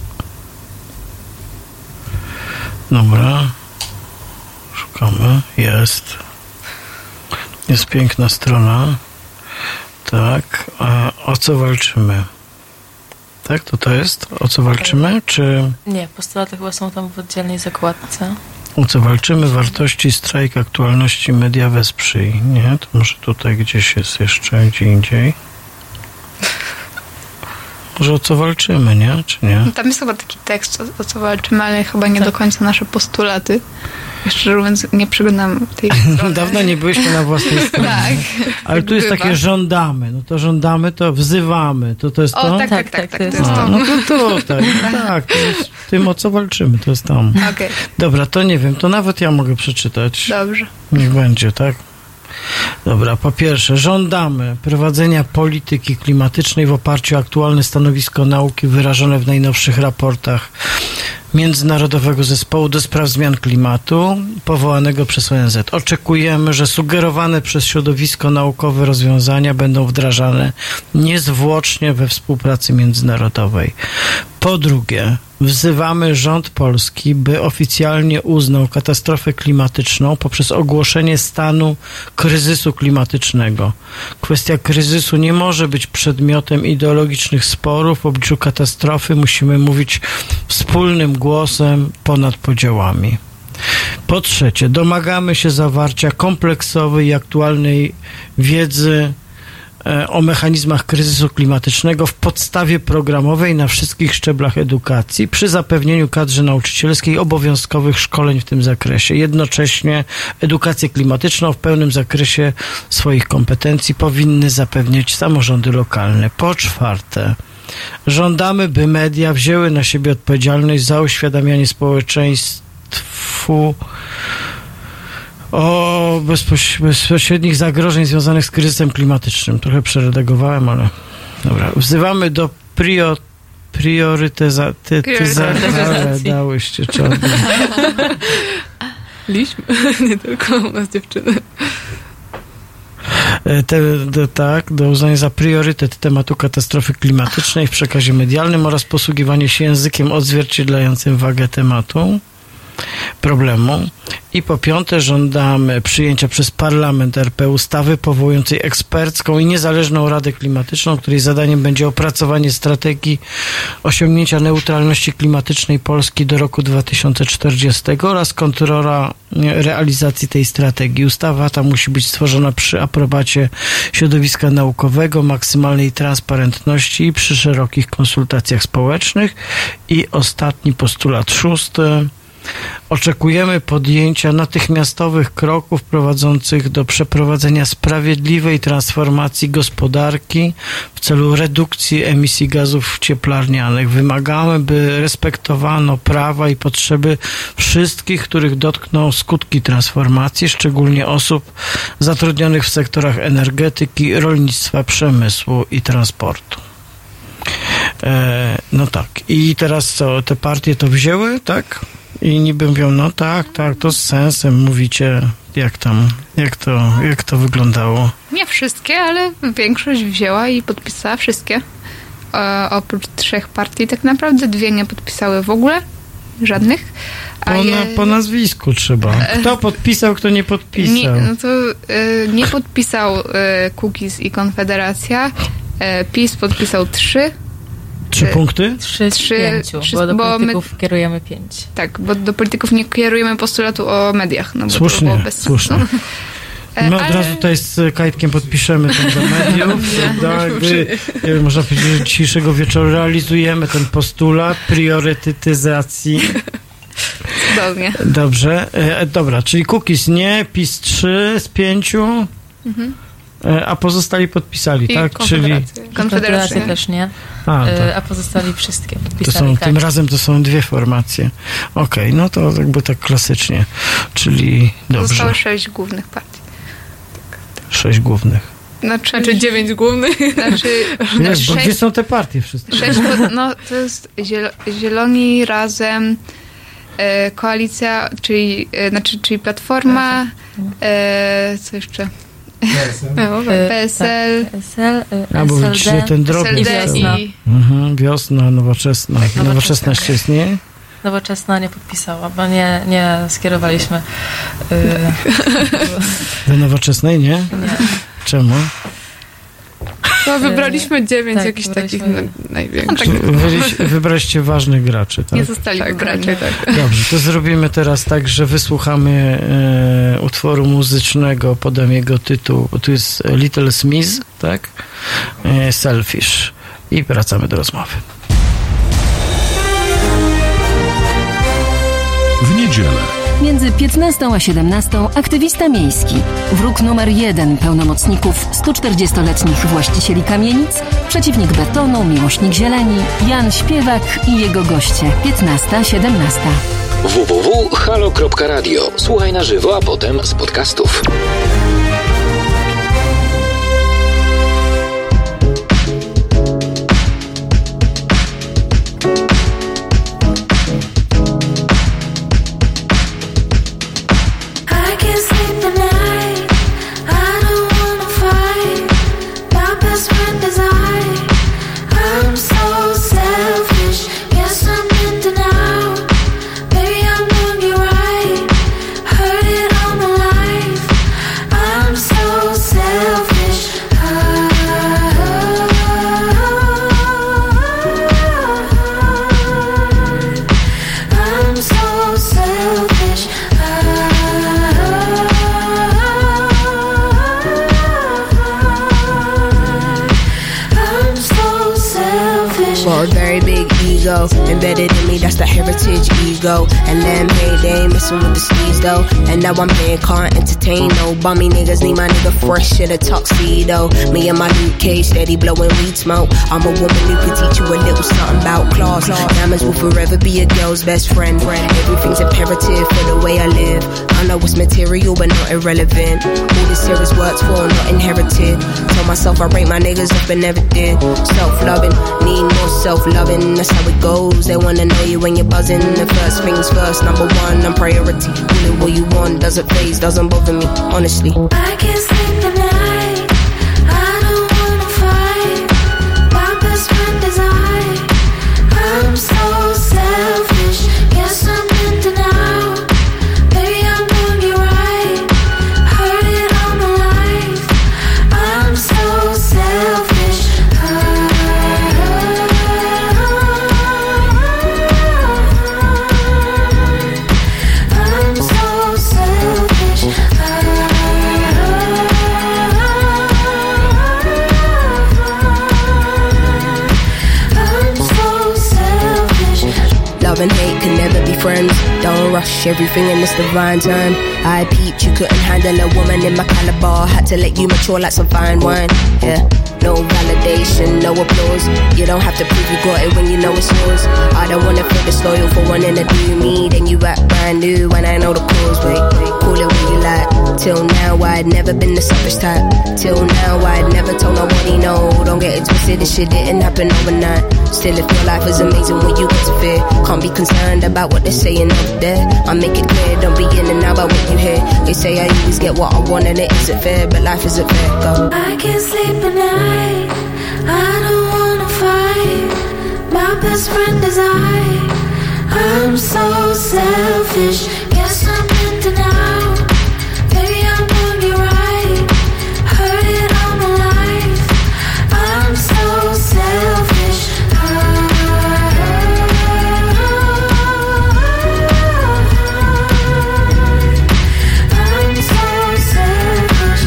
Dobra. Szukamy. Jest. Jest piękna strona. Tak. A o co walczymy? tak? To to jest? O co walczymy? Czy Nie, postulaty chyba są tam w oddzielnej zakładce. o co walczymy? Wartości, strajk, aktualności, media, wesprzyj. Nie? To może tutaj gdzieś jest jeszcze, gdzie indziej. Może o co walczymy, nie? Czy nie? Tam jest chyba taki tekst, o, o co walczymy, ale chyba nie do końca nasze postulaty. Szczerze mówiąc, nie przeglądam tej strony. Dawno nie byliśmy na własnej stronie. Tak. Ale tu jest Bywa. takie żądamy. No to żądamy, to wzywamy. To, to jest O, to? tak, tak, tak, tak, to jest A, to. no to tutaj. Tak, to jest tym, o co walczymy. To jest tam. Okej, Dobra, to nie wiem. To nawet ja mogę przeczytać. dobrze. Niech będzie, tak? Dobra, po pierwsze, żądamy prowadzenia polityki klimatycznej w oparciu o aktualne stanowisko nauki wyrażone w najnowszych raportach Międzynarodowego Zespołu do Spraw Zmian Klimatu powołanego przez O N Z. Oczekujemy, że sugerowane przez środowisko naukowe rozwiązania będą wdrażane niezwłocznie we współpracy międzynarodowej. Po drugie, wzywamy rząd polski, by oficjalnie uznał katastrofę klimatyczną poprzez ogłoszenie stanu kryzysu klimatycznego. Kwestia kryzysu nie może być przedmiotem ideologicznych sporów. W obliczu katastrofy musimy mówić wspólnym głosem ponad podziałami. Po trzecie, domagamy się zawarcia kompleksowej i aktualnej wiedzy o mechanizmach kryzysu klimatycznego w podstawie programowej na wszystkich szczeblach edukacji przy zapewnieniu kadrze nauczycielskiej obowiązkowych szkoleń w tym zakresie. Jednocześnie edukację klimatyczną w pełnym zakresie swoich kompetencji powinny zapewniać samorządy lokalne. Po czwarte, żądamy, by media wzięły na siebie odpowiedzialność za uświadamianie społeczeństwu o bezpoś- bezpośrednich zagrożeń związanych z kryzysem klimatycznym. Trochę przeredagowałem, ale dobra. Wzywamy do prio, priorytetyzacji. Ale dałyście czarno. Liśmy, nie tylko u nas dziewczyny. Te, do, tak, do uznania za priorytet tematu katastrofy klimatycznej w przekazie medialnym oraz posługiwanie się językiem odzwierciedlającym wagę tematu, problemu. I po piąte, żądamy przyjęcia przez Parlament R P ustawy powołującej ekspercką i niezależną Radę Klimatyczną, której zadaniem będzie opracowanie strategii osiągnięcia neutralności klimatycznej Polski do roku dwa tysiące czterdziestego oraz kontrola realizacji tej strategii. Ustawa ta musi być stworzona przy aprobacie środowiska naukowego, maksymalnej transparentności i przy szerokich konsultacjach społecznych. I ostatni postulat, szósty. Oczekujemy podjęcia natychmiastowych kroków prowadzących do przeprowadzenia sprawiedliwej transformacji gospodarki w celu redukcji emisji gazów cieplarnianych. Wymagamy, by respektowano prawa i potrzeby wszystkich, których dotkną skutki transformacji, szczególnie osób zatrudnionych w sektorach energetyki, rolnictwa, przemysłu i transportu. E, no tak. I teraz co? Te partie to wzięły, tak? I niby mówią, no tak, tak, to z sensem mówicie, jak tam, jak to, jak to wyglądało. Nie wszystkie, ale większość wzięła i podpisała wszystkie. E, oprócz trzech partii, tak naprawdę dwie nie podpisały w ogóle, żadnych. A Po, je... na, po nazwisku trzeba. Kto podpisał, kto nie podpisał. Nie, no to e, nie podpisał e, Kukiz i Konfederacja. E, PiS podpisał trzy. Trzy punkty? Trzy z Trzy- pięciu, trzy- bo do bo my- polityków kierujemy pięć. Tak, bo do polityków nie kierujemy postulatu o mediach, no bo Słusznie, to było bez sensu. słusznie. E, My od ale- razu tutaj z Kajtkiem podpiszemy ten do mediów. No, jakby, nie wiem, można powiedzieć, że dzisiejszego wieczoru realizujemy ten postulat priorytetyzacji. Cudownie. Dobrze, e, dobra, czyli Kukiz nie, PiS trzy z pięciu, Mhm. e, a pozostali podpisali, I tak? Czyli Konfederacja. Konfederacja też nie, A, y, tak. a pozostali wszystkie To podpisali są, tak. tym razem to są dwie formacje. Okej, no to jakby tak klasycznie, czyli dobrze, Zostało sześć głównych partii. sześć głównych. Znaczy, Znaczy dziewięć głównych. Znaczy, Wiesz, bo sześć, gdzie są te partie wszystkie? sześć pod, no to jest zielo, Zieloni, Razem, e, Koalicja, czyli, e, znaczy, czyli Platforma, e, co jeszcze? No, Y, P S L, tak, P S L, y, A, bo S L D, dzisiaj ten drobny S L D cały. Wiosna. i... Mhm, wiosna, nowoczesna. Tak, Nowoczesna jeszcze istnieje? Nowoczesna nie podpisała, bo nie, nie skierowaliśmy. Y, Do nowoczesnej, nie? nie. Czemu? No, wybraliśmy dziewięć tak, jakichś takich wybraliśmy- na- największych. Wybraliście- Wybraliście ważnych graczy, tak? Nie zostali Tak, wybrani. raczej tak. Dobrze, to zrobimy teraz tak, że wysłuchamy e, utworu muzycznego, podam jego tytuł, bo tu jest Little Smith, tak? E, Selfish. I wracamy do rozmowy. W niedzielę. Między piętnastą a siedemnastą aktywista miejski, wróg numer jeden pełnomocników stu czterdziestoletnich właścicieli kamienic, przeciwnik betonu, miłośnik zieleni, Jan Śpiewak i jego goście. piętnasta siedemnasta. w w w kropka halo kropka radio. Słuchaj na żywo, a potem z podcastów. I can't sleep at night. I don't wanna fight. My best friend is I. I'm so selfish. Guess I'm in denial. Maybe I'm doing you right. Heard it all my life. I'm so selfish. I'm so selfish. I'm so selfish. For a very big ego embedded in me, that's the heritage ego. And then hey, they ain't messing with the steez though. And now I'm paying, can't entertain no bummy niggas. Need my nigga fresh in a tuxedo. Me and my Luke Cage steady blowing weed smoke. I'm a woman who can teach you a little something about class. Diamonds will forever be a girl's best friend. Everything's imperative for the way I live. I know it's material but not irrelevant. All this here is worked for, not inherited. Told myself I rate my niggas up and never did. Self-loving, need more self-loving. That's how it goes. They wanna know you when you're buzzing. The first things first, number one, I'm priority. Really what you want doesn't phase, doesn't bother me, honestly. I can't sleep at night. I don't wanna fight. My best friend is I. I'm so selfish. Guess I'm in denial. Maybe I'm doing you right. Heard it all my life. I'm so selfish. I'm so selfish. I'm so selfish. Love and hate can never be friends. Don't rush everything in this divine time. I peeped, you couldn't handle a woman in my caliber. Had to let you mature like some fine wine. Yeah, no validation, no applause. You don't have to prove you got it when you know it's yours. I don't wanna feel disloyal for wanting to do me. Then you act brand new when I know the cause. Wait, call it what you like. Till now I'd never been the selfish type. Till now I'd never told nobody no. Don't get it twisted, this shit didn't happen overnight. Still if your life is amazing when you get to fear. Can't be concerned about what they're saying up there. I make it clear, don't be in and out about what you hear. They say I always get what I want and it isn't fair, but life isn't fair, go. I can't sleep at night. I don't wanna fight. My best friend is I. I'm so selfish. Guess I'm in denial. Maybe I'm doing you right. Heard it all my life. I'm so selfish. I'm so selfish.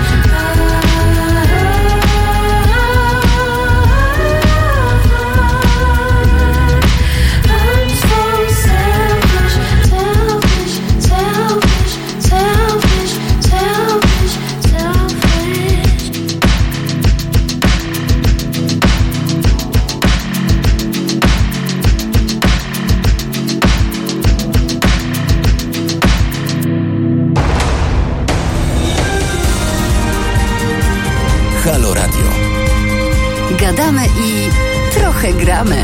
I'm so selfish, selfish, selfish, selfish, selfish, selfish. Halo Radio. Gadamy i trochę gramy.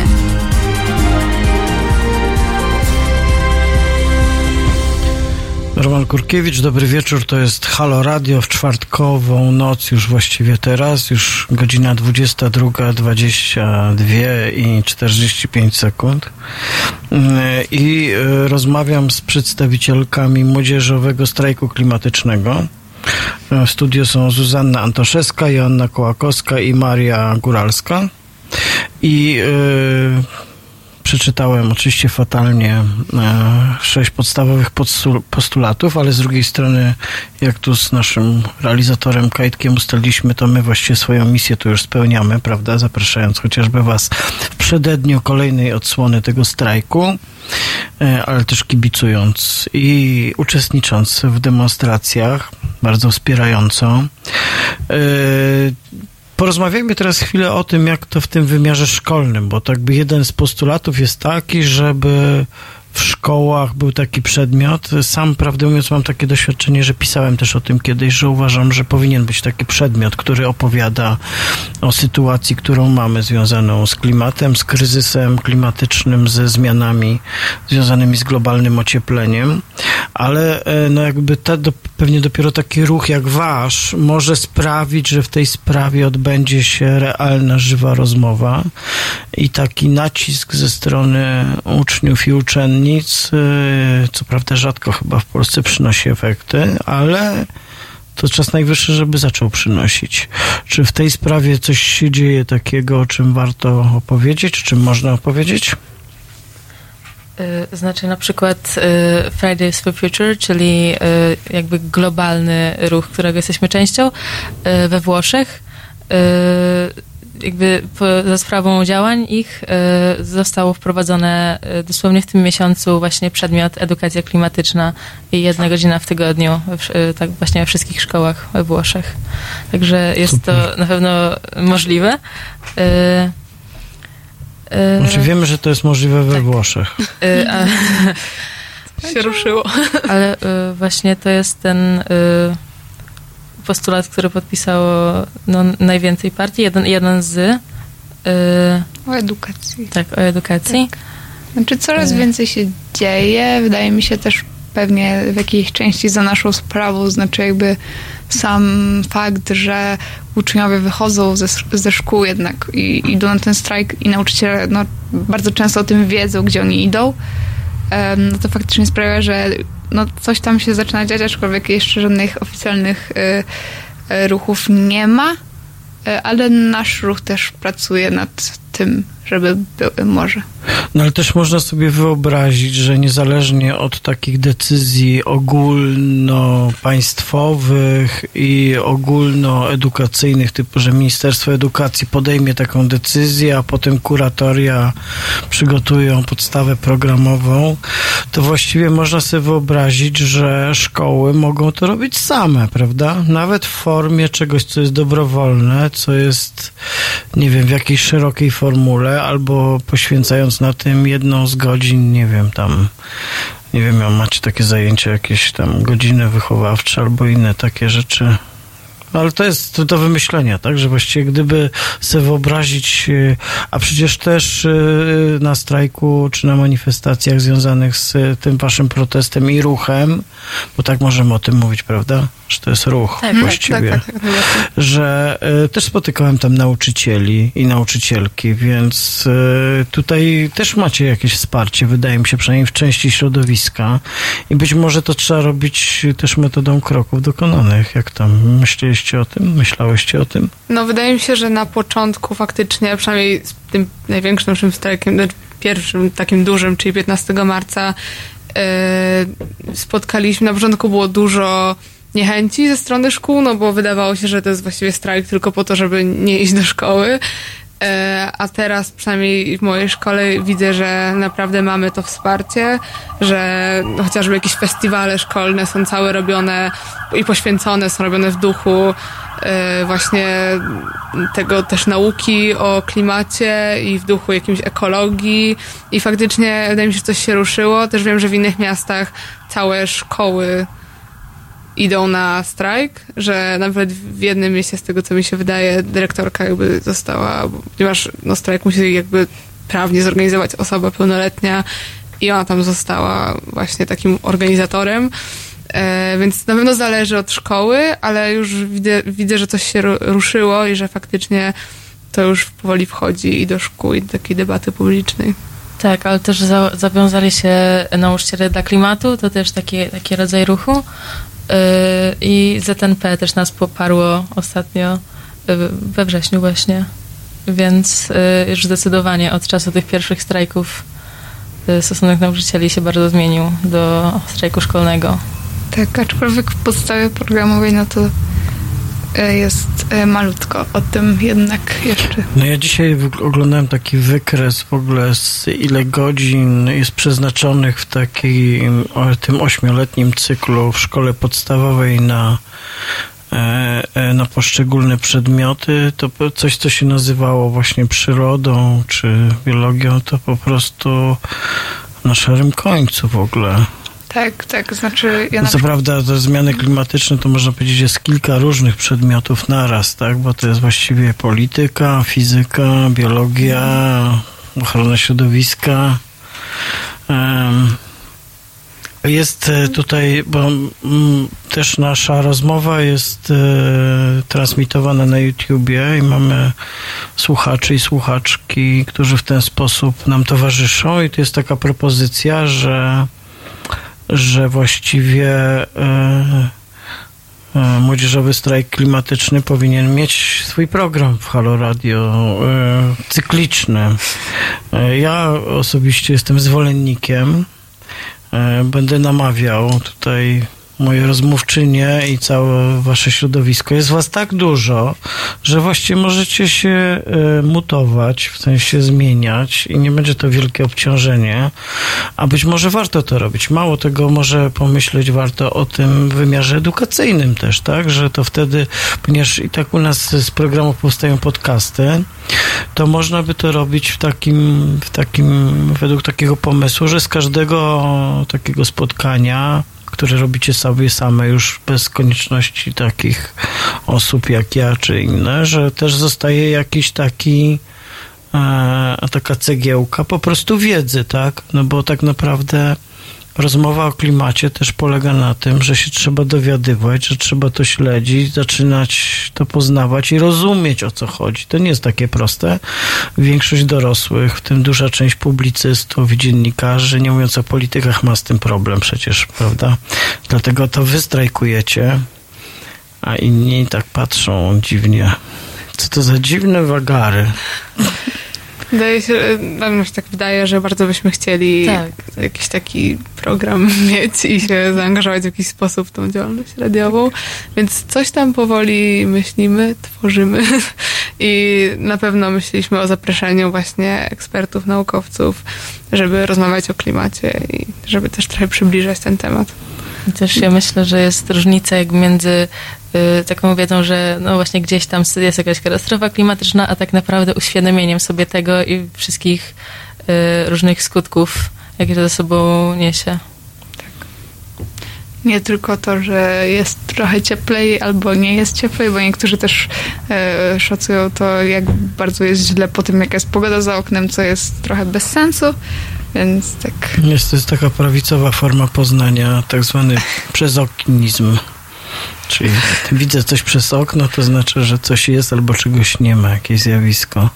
Roman Kurkiewicz, dobry wieczór, to jest Halo Radio w czwartkową noc, już właściwie teraz, już godzina dwudziesta druga dwadzieścia dwa i czterdzieści pięć sekund i rozmawiam z przedstawicielkami młodzieżowego strajku klimatycznego. W studiu są Zuzanna Antoszewska, Joanna Kołakowska i Maria Góralska. I yy, przeczytałem oczywiście fatalnie e, sześć podstawowych postu- postulatów, ale z drugiej strony, jak tu z naszym realizatorem Kajtkiem ustaliliśmy, to my właściwie swoją misję tu już spełniamy, prawda? Zapraszając chociażby was w przededniu kolejnej odsłony tego strajku, e, ale też kibicując i uczestnicząc w demonstracjach, bardzo wspierająco. E, Porozmawiajmy teraz chwilę o tym, jak to w tym wymiarze szkolnym, bo tak by jeden z postulatów jest taki, żeby w szkołach był taki przedmiot. Sam, prawdę mówiąc, mam takie doświadczenie, że pisałem też o tym kiedyś, że uważam, że powinien być taki przedmiot, który opowiada o sytuacji, którą mamy związaną z klimatem, z kryzysem klimatycznym, ze zmianami związanymi z globalnym ociepleniem, ale no jakby te, do, pewnie dopiero taki ruch jak wasz może sprawić, że w tej sprawie odbędzie się realna, żywa rozmowa i taki nacisk ze strony uczniów i uczennic, co prawda rzadko chyba w Polsce przynosi efekty, ale to czas najwyższy, żeby zaczął przynosić. Czy w tej sprawie coś się dzieje takiego, o czym warto opowiedzieć, o czym można opowiedzieć? Znaczy na przykład Fridays for Future, czyli jakby globalny ruch, którego jesteśmy częścią we Włoszech, jakby po, za sprawą działań ich y, zostało wprowadzone y, dosłownie w tym miesiącu właśnie przedmiot edukacja klimatyczna i jedna godzina w tygodniu w, y, tak właśnie we wszystkich szkołach we Włoszech. Także jest Super. To na pewno możliwe. Y, y, znaczy wiemy, że to jest możliwe we tak. Włoszech. Y, a, się ruszyło. Ale y, właśnie to jest ten... Y, postulat, który podpisało no, najwięcej partii, jeden, jeden z... Yy, o edukacji. Tak, o edukacji. Tak. Znaczy coraz więcej się dzieje, wydaje mi się też pewnie w jakiejś części za naszą sprawą, znaczy jakby sam fakt, że uczniowie wychodzą ze, ze szkół jednak i idą na ten strajk i nauczyciele no, bardzo często o tym wiedzą, gdzie oni idą, um, no to faktycznie sprawia, że no coś tam się zaczyna dziać, aczkolwiek jeszcze żadnych oficjalnych y, y, ruchów nie ma, y, ale nasz ruch też pracuje nad tym, żeby były może. No ale też można sobie wyobrazić, że niezależnie od takich decyzji ogólnopaństwowych i ogólnoedukacyjnych, typu, że Ministerstwo Edukacji podejmie taką decyzję, a potem kuratoria przygotują podstawę programową, to właściwie można sobie wyobrazić, że szkoły mogą to robić same, prawda? Nawet w formie czegoś, co jest dobrowolne, co jest, nie wiem, w jakiejś szerokiej formule, albo poświęcając na tym jedną z godzin, nie wiem, tam, nie wiem, macie takie zajęcia, jakieś tam godziny wychowawcze albo inne takie rzeczy. Ale to jest do wymyślenia, tak, że właściwie gdyby sobie wyobrazić, a przecież też na strajku czy na manifestacjach związanych z tym waszym protestem i ruchem, bo tak możemy o tym mówić, prawda, że to jest ruch tak, właściwie, tak, tak, tak, tak. że też spotykałem tam nauczycieli i nauczycielki, więc tutaj też macie jakieś wsparcie, wydaje mi się, przynajmniej w części środowiska i być może to trzeba robić też metodą kroków dokonanych. Jak tam myślisz o tym? Myślałyście o tym? No wydaje mi się, że na początku faktycznie, przynajmniej z tym największym naszym strajkiem, pierwszym takim dużym, czyli piętnastego marca, yy, spotkaliśmy, na początku było dużo niechęci ze strony szkół, no bo wydawało się, że to jest właściwie strajk tylko po to, żeby nie iść do szkoły. A teraz przynajmniej w mojej szkole widzę, że naprawdę mamy to wsparcie, że chociażby jakieś festiwale szkolne są całe robione i poświęcone, są robione w duchu właśnie tego też nauki o klimacie i w duchu jakimś ekologii i faktycznie wydaje mi się, że coś się ruszyło. Też wiem, że w innych miastach całe szkoły idą na strajk, że nawet w jednym mieście, z tego co mi się wydaje, dyrektorka jakby została, ponieważ no, strajk musi jakby prawnie zorganizować osoba pełnoletnia i ona tam została właśnie takim organizatorem, e, więc na pewno zależy od szkoły, ale już widzę, widzę, że coś się ruszyło i że faktycznie to już powoli wchodzi i do szkół i do takiej debaty publicznej. Tak, ale też za, zawiązali się nauczyciele dla klimatu, to też taki, taki rodzaj ruchu. I Z N P też nas poparło ostatnio we wrześniu właśnie, więc już zdecydowanie od czasu tych pierwszych strajków stosunek nauczycieli się bardzo zmienił do strajku szkolnego. Tak, aczkolwiek w podstawie programowej no to jest malutko o tym jednak jeszcze. No ja dzisiaj oglądałem taki wykres w ogóle z ile godzin jest przeznaczonych w takim tym ośmioletnim cyklu w szkole podstawowej na na poszczególne przedmioty, to coś, co się nazywało właśnie przyrodą czy biologią, to po prostu na szarym końcu w ogóle. Tak, tak, znaczy... Ja no co prawda te zmiany klimatyczne to można powiedzieć jest kilka różnych przedmiotów naraz, tak, bo to jest właściwie polityka, fizyka, biologia, ochrona środowiska. Um, Jest tutaj, bo m, też nasza rozmowa jest e, transmitowana na YouTubie i mamy słuchaczy i słuchaczki, którzy w ten sposób nam towarzyszą i to jest taka propozycja, że, że właściwie e, e, Młodzieżowy Strajk Klimatyczny powinien mieć swój program w Halo Radio, e, cykliczny. E, ja osobiście jestem zwolennikiem. Będę namawiał tutaj moje rozmówczynie i całe wasze środowisko. Jest was tak dużo, że właściwie możecie się mutować, w sensie zmieniać i nie będzie to wielkie obciążenie, a być może warto to robić. Mało tego, może pomyśleć warto o tym w wymiarze edukacyjnym też, tak, że to wtedy, ponieważ i tak u nas z programów powstają podcasty, to można by to robić w takim, w takim, według takiego pomysłu, że z każdego takiego spotkania, które robicie sobie same już bez konieczności takich osób jak ja czy inne, że też zostaje jakiś taki e, taka cegiełka po prostu wiedzy, tak? No bo tak naprawdę rozmowa o klimacie też polega na tym, że się trzeba dowiadywać, że trzeba to śledzić, zaczynać to poznawać i rozumieć, o co chodzi. To nie jest takie proste. Większość dorosłych, w tym duża część publicystów i dziennikarzy, nie mówiąc o politykach, ma z tym problem przecież, prawda? Dlatego to wy strajkujecie, a inni tak patrzą dziwnie. Co to za dziwne wagary? Wydaje się, nam się tak wydaje, że bardzo byśmy chcieli tak. jakiś taki program mieć i się zaangażować w jakiś sposób w tą działalność radiową, więc coś tam powoli myślimy, tworzymy i na pewno myśleliśmy o zapraszaniu właśnie ekspertów, naukowców, żeby rozmawiać o klimacie i żeby też trochę przybliżać ten temat. Też ja myślę, że jest różnica jak między y, taką wiedzą, że no właśnie gdzieś tam jest jakaś katastrofa klimatyczna, a tak naprawdę uświadomieniem sobie tego i wszystkich y, różnych skutków, jakie to ze sobą niesie. Tak. Nie tylko to, że jest trochę cieplej albo nie jest cieplej, bo niektórzy też y, szacują to, jak bardzo jest źle po tym, jaka jest pogoda za oknem, co jest trochę bez sensu. Więc tak. Jest to jest taka prawicowa forma poznania, tak zwany przezokinizm. Czyli widzę coś przez okno, to znaczy, że coś jest albo czegoś nie ma, jakieś zjawisko.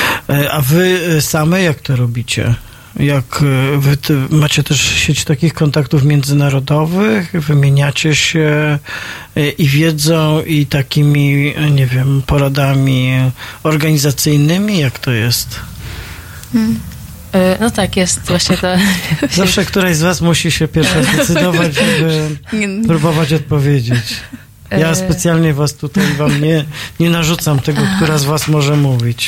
A wy same jak to robicie? Jak wy macie też sieć takich kontaktów międzynarodowych, wymieniacie się i wiedzą, i takimi, nie wiem, poradami organizacyjnymi? Jak to jest? Hmm. No tak, jest właśnie to. Zawsze któraś z was musi się pierwsza zdecydować, żeby próbować odpowiedzieć. Ja specjalnie was tutaj wam nie, nie narzucam tego, która z was może mówić.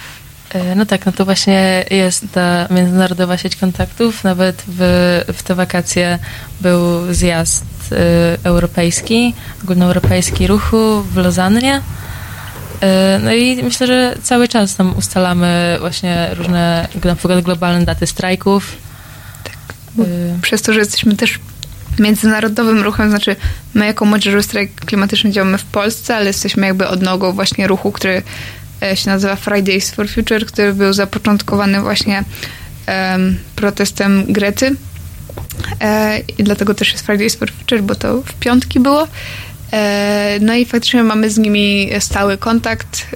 No tak, no to właśnie jest ta międzynarodowa sieć kontaktów. Nawet w, w te wakacje był zjazd y, europejski, ogólnoeuropejski ruchu w Lozannie. No i myślę, że cały czas tam ustalamy właśnie różne, na przykład globalne daty strajków. Tak. Przez to, że jesteśmy też międzynarodowym ruchem, znaczy my jako Młodzieżowy Strajk Klimatyczny działamy w Polsce, ale jesteśmy jakby odnogą właśnie ruchu, który się nazywa Fridays for Future, który był zapoczątkowany właśnie um, protestem Grety. E, I dlatego też jest Fridays for Future, bo to w piątki było. No i faktycznie mamy z nimi stały kontakt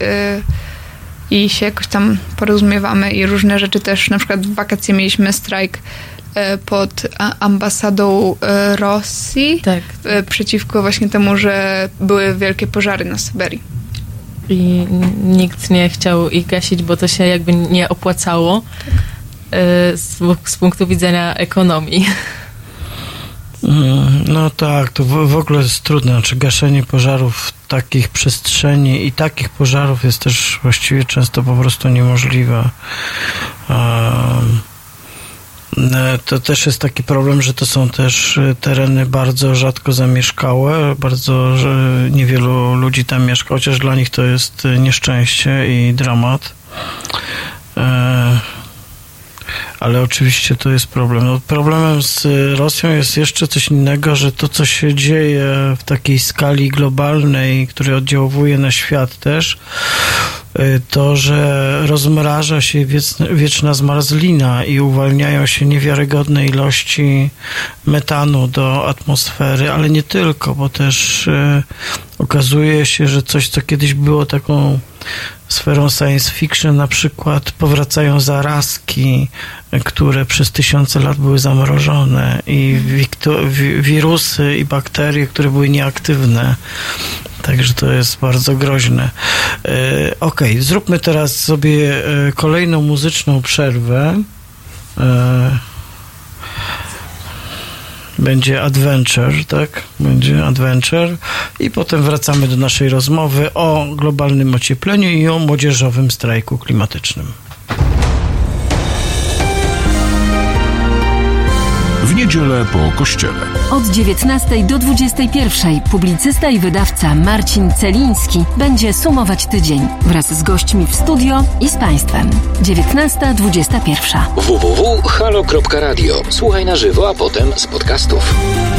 i się jakoś tam porozumiewamy i różne rzeczy też, na przykład w wakacje mieliśmy strajk e, pod a, ambasadą e, Rosji tak. e, przeciwko właśnie temu, że były wielkie pożary na Syberii. I nikt nie chciał ich gasić, bo to się jakby nie opłacało tak. e, z, z punktu widzenia ekonomii. No tak, to w, w ogóle jest trudne. Znaczy gaszenie pożarów takich przestrzeni i takich pożarów jest też właściwie często po prostu niemożliwe. Um, to też jest taki problem, że to są też tereny bardzo rzadko zamieszkałe, bardzo że niewielu ludzi tam mieszka, chociaż dla nich to jest nieszczęście i dramat. Um, Ale oczywiście to jest problem. No, problemem z Rosją jest jeszcze coś innego, że to, co się dzieje w takiej skali globalnej, która oddziałuje na świat też, to, że rozmraża się wieczna, wieczna zmarzlina i uwalniają się niewiarygodne ilości metanu do atmosfery, ale nie tylko, bo też e, okazuje się, że coś, co kiedyś było taką sferą science fiction, na przykład powracają zarazki, które przez tysiące lat były zamrożone i wikto- wi- wirusy i bakterie, które były nieaktywne. Także to jest bardzo groźne. E, Okej, okay, zróbmy teraz sobie e, kolejną muzyczną przerwę. E, będzie Adventure, tak? Będzie Adventure i potem wracamy do naszej rozmowy o globalnym ociepleniu i o młodzieżowym strajku klimatycznym. W niedzielę po kościele. Od dziewiętnastej do dwudziestej pierwszej publicysta i wydawca Marcin Celiński będzie sumować tydzień wraz z gośćmi w studio i z Państwem. dziewiętnasta dwudziesta pierwsza. w w w kropka halo kropka radio. Słuchaj na żywo, a potem z podcastów.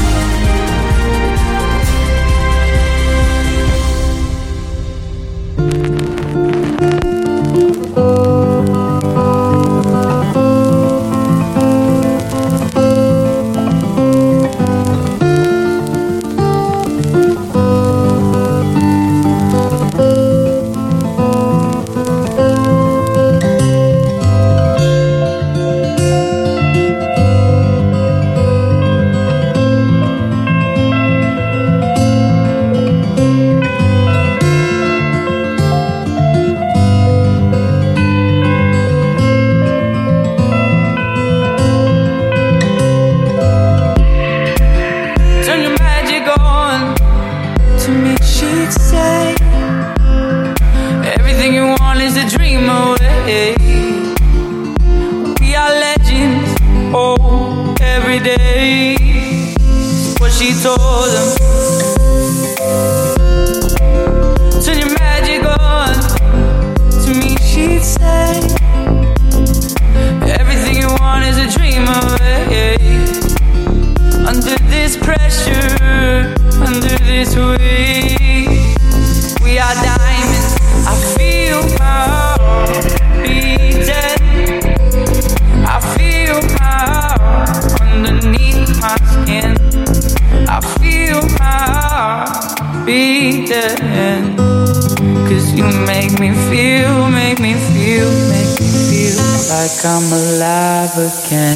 I'm alive again.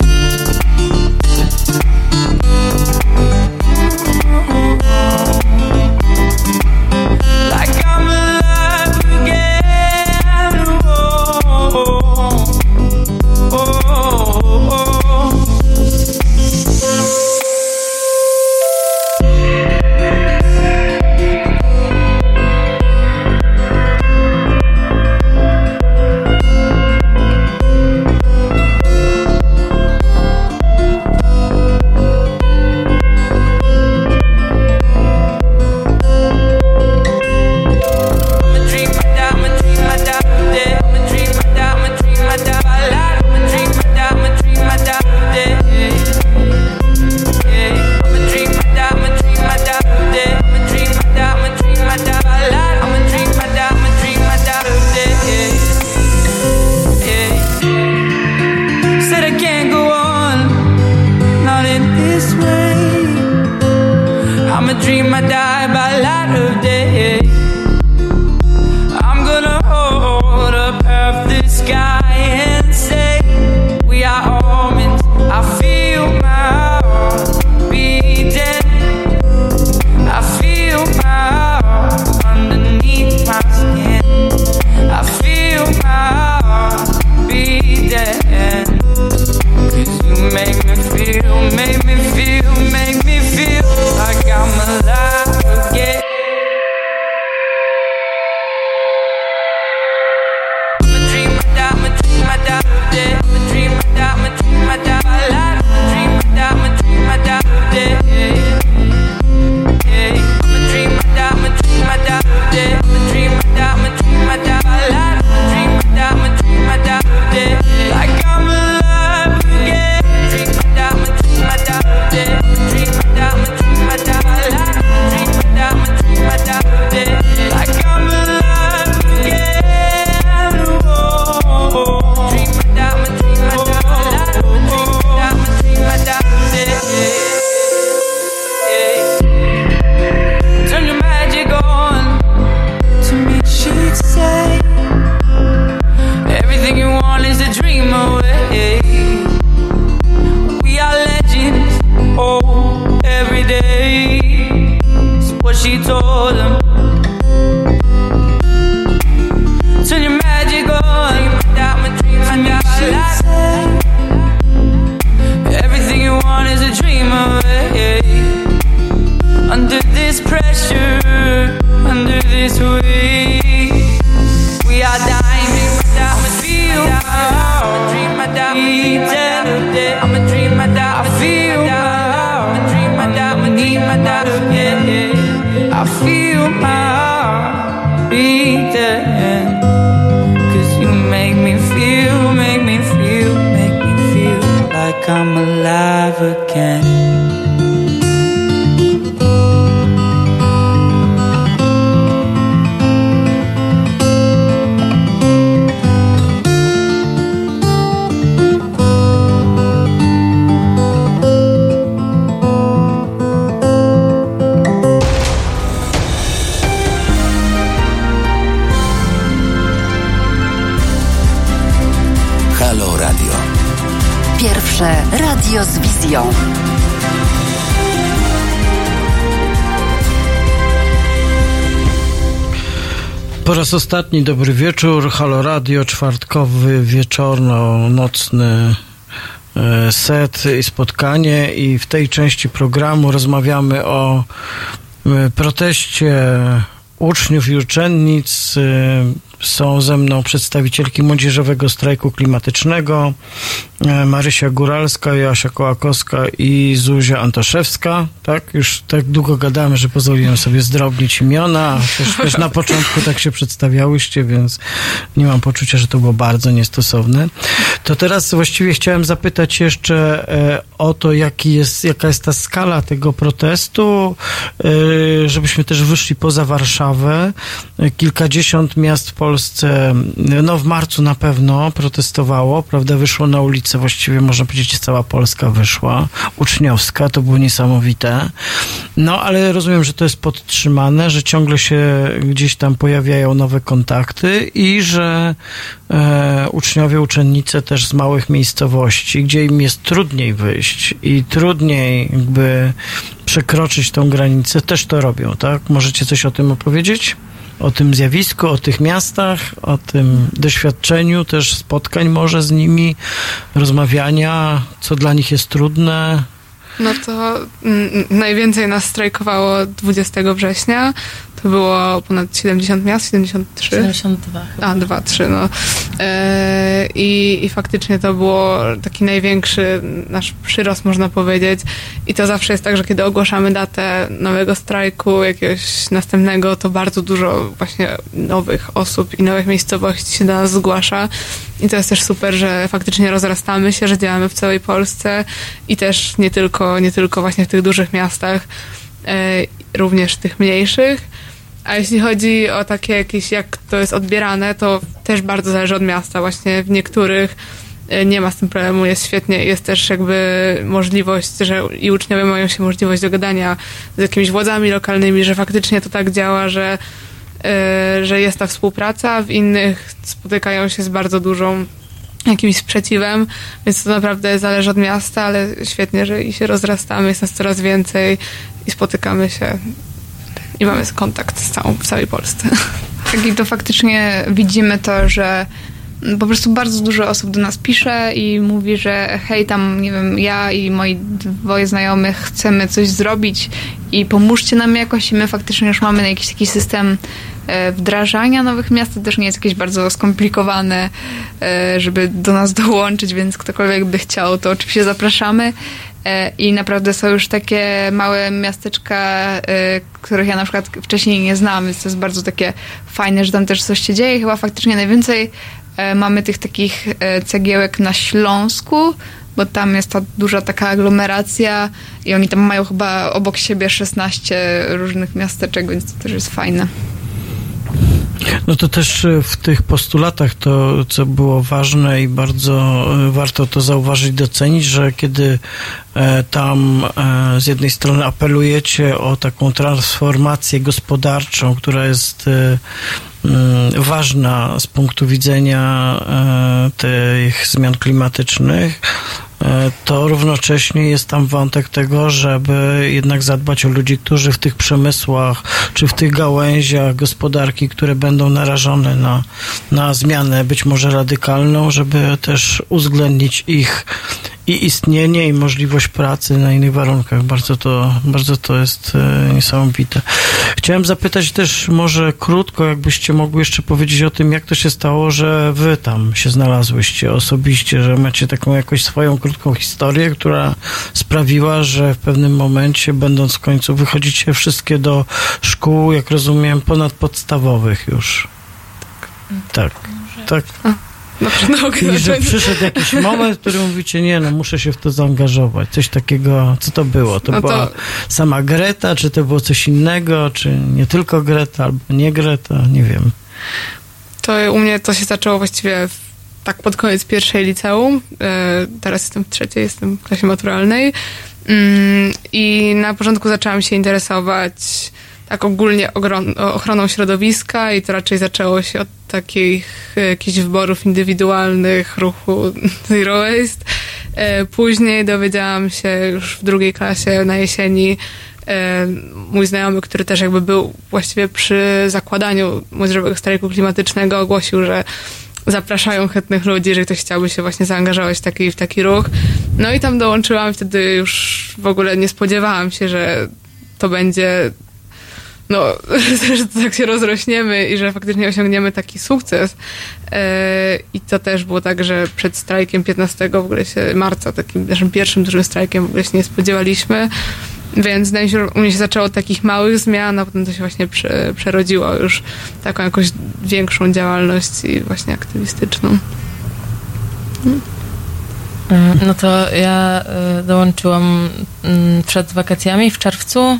she told him. Turn your magic on, without my dreams and my life. Everything you want is a dream away. Under this pressure, under this weight, we are dying without a feel. I'm a dream without me. I'm a dream without a feel. I'm a dream without my need, without a yeah. I feel my heart beating. Cause you make me feel, make me feel, make me feel like I'm alive again. Pierwsze radio z wizją. Po raz ostatni dobry wieczór. Halo Radio, czwartkowy, wieczorno-nocny set i spotkanie. I w tej części programu rozmawiamy o proteście uczniów i uczennic. Są ze mną przedstawicielki Młodzieżowego Strajku Klimatycznego, Marysia Góralska, Joasia Kołakowska i Zuzia Antoszewska. Tak, już tak długo gadamy, że pozwoliłem sobie zdrobnić imiona. Też, też na początku tak się przedstawiałyście, więc nie mam poczucia, że to było bardzo niestosowne. To teraz właściwie chciałem zapytać jeszcze o to, jaki jest, jaka jest ta skala tego protestu, żebyśmy też wyszli poza Warszawę. Kilkadziesiąt miast w Polsce, no w marcu na pewno protestowało, prawda, wyszło na ulicę, właściwie można powiedzieć cała Polska wyszła, uczniowska, to było niesamowite. No, ale rozumiem, że to jest podtrzymane, że ciągle się gdzieś tam pojawiają nowe kontakty i że e, uczniowie, uczennice też z małych miejscowości, gdzie im jest trudniej wyjść i trudniej jakby przekroczyć tą granicę, też to robią, tak? Możecie coś o tym opowiedzieć? O tym zjawisku, o tych miastach, o tym doświadczeniu też spotkań może z nimi, rozmawiania, co dla nich jest trudne. No to mm, najwięcej nas strajkowało dwudziestego września. To było ponad siedemdziesiąt miast, siedemdziesiąt trzy? siedemdziesiąt dwa. A, dwa, trzy, no. E, i, I faktycznie to było taki największy nasz przyrost, można powiedzieć. I to zawsze jest tak, że kiedy ogłaszamy datę nowego strajku, jakiegoś następnego, to bardzo dużo właśnie nowych osób i nowych miejscowości się do nas zgłasza. I to jest też super, że faktycznie rozrastamy się, że działamy w całej Polsce i też nie tylko, nie tylko właśnie w tych dużych miastach, e, również w tych mniejszych. A jeśli chodzi o takie jakieś, jak to jest odbierane, to też bardzo zależy od miasta. Właśnie w niektórych nie ma z tym problemu, jest świetnie. Jest też jakby możliwość, że i uczniowie mają się możliwość dogadania z jakimiś władzami lokalnymi, że faktycznie to tak działa, że, yy, że jest ta współpraca. W innych spotykają się z bardzo dużą jakimś sprzeciwem, więc to naprawdę zależy od miasta, ale świetnie, że i się rozrastamy, jest nas coraz więcej i spotykamy się i mamy kontakt z całą, w całej Polsce. Tak, i to faktycznie widzimy to, że po prostu bardzo dużo osób do nas pisze i mówi, że hej, tam, nie wiem, ja i moi dwoje znajomych chcemy coś zrobić i pomóżcie nam jakoś. I my faktycznie już mamy jakiś taki system wdrażania nowych miast. To też nie jest jakieś bardzo skomplikowane, żeby do nas dołączyć, więc ktokolwiek by chciał, to oczywiście zapraszamy. I naprawdę są już takie małe miasteczka, których ja na przykład wcześniej nie znam, więc to jest bardzo takie fajne, że tam też coś się dzieje. Chyba faktycznie najwięcej mamy tych takich cegiełek na Śląsku, bo tam jest ta duża taka aglomeracja i oni tam mają chyba obok siebie szesnaście różnych miasteczek, więc to też jest fajne. No to też w tych postulatach to, co było ważne i bardzo warto to zauważyć, docenić, że kiedy tam z jednej strony apelujecie o taką transformację gospodarczą, która jest ważna z punktu widzenia tych zmian klimatycznych, to równocześnie jest tam wątek tego, żeby jednak zadbać o ludzi, którzy w tych przemysłach, czy w tych gałęziach gospodarki, które będą narażone na, na zmianę, być może radykalną, żeby też uwzględnić ich i istnienie, i możliwość pracy na innych warunkach. Bardzo to, bardzo to jest e, niesamowite. Chciałem zapytać też może krótko, jakbyście mogli jeszcze powiedzieć o tym, jak to się stało, że wy tam się znalazłyście osobiście, że macie taką jakoś swoją krótką historię, która sprawiła, że w pewnym momencie, będąc w końcu, wychodzicie wszystkie do szkół, jak rozumiem, ponadpodstawowych już. Tak. Tak. tak. No, I że przyszedł jakiś moment, w którym mówicie, nie no, muszę się w to zaangażować. Coś takiego, co to było? To no to... była sama Greta, czy to było coś innego, czy nie tylko Greta, albo nie Greta, nie wiem. To u mnie to się zaczęło właściwie w, tak pod koniec pierwszej liceum. E, teraz jestem w trzeciej, jestem w klasie maturalnej. Mm, I na początku zaczęłam się interesować tak ogólnie ochroną środowiska i to raczej zaczęło się od takich jakichś wyborów indywidualnych ruchu Zero Waste. Później dowiedziałam się już w drugiej klasie na jesieni, mój znajomy, który też jakby był właściwie przy zakładaniu młodzieżowego strajku klimatycznego, ogłosił, że zapraszają chętnych ludzi, że ktoś chciałby się właśnie zaangażować w taki, w taki ruch. No i tam dołączyłam, wtedy już w ogóle nie spodziewałam się, że to będzie no, że tak się rozrośniemy i że faktycznie osiągniemy taki sukces. I to też było tak, że przed strajkiem piętnastego w ogóle się marca, takim naszym pierwszym dużym strajkiem w ogóle się nie spodziewaliśmy. Więc wydaje mi się, że u mnie się zaczęło od takich małych zmian, a potem to się właśnie prze, przerodziło już taką jakąś większą działalność i właśnie aktywistyczną. Hmm. No to ja dołączyłam przed wakacjami w czerwcu,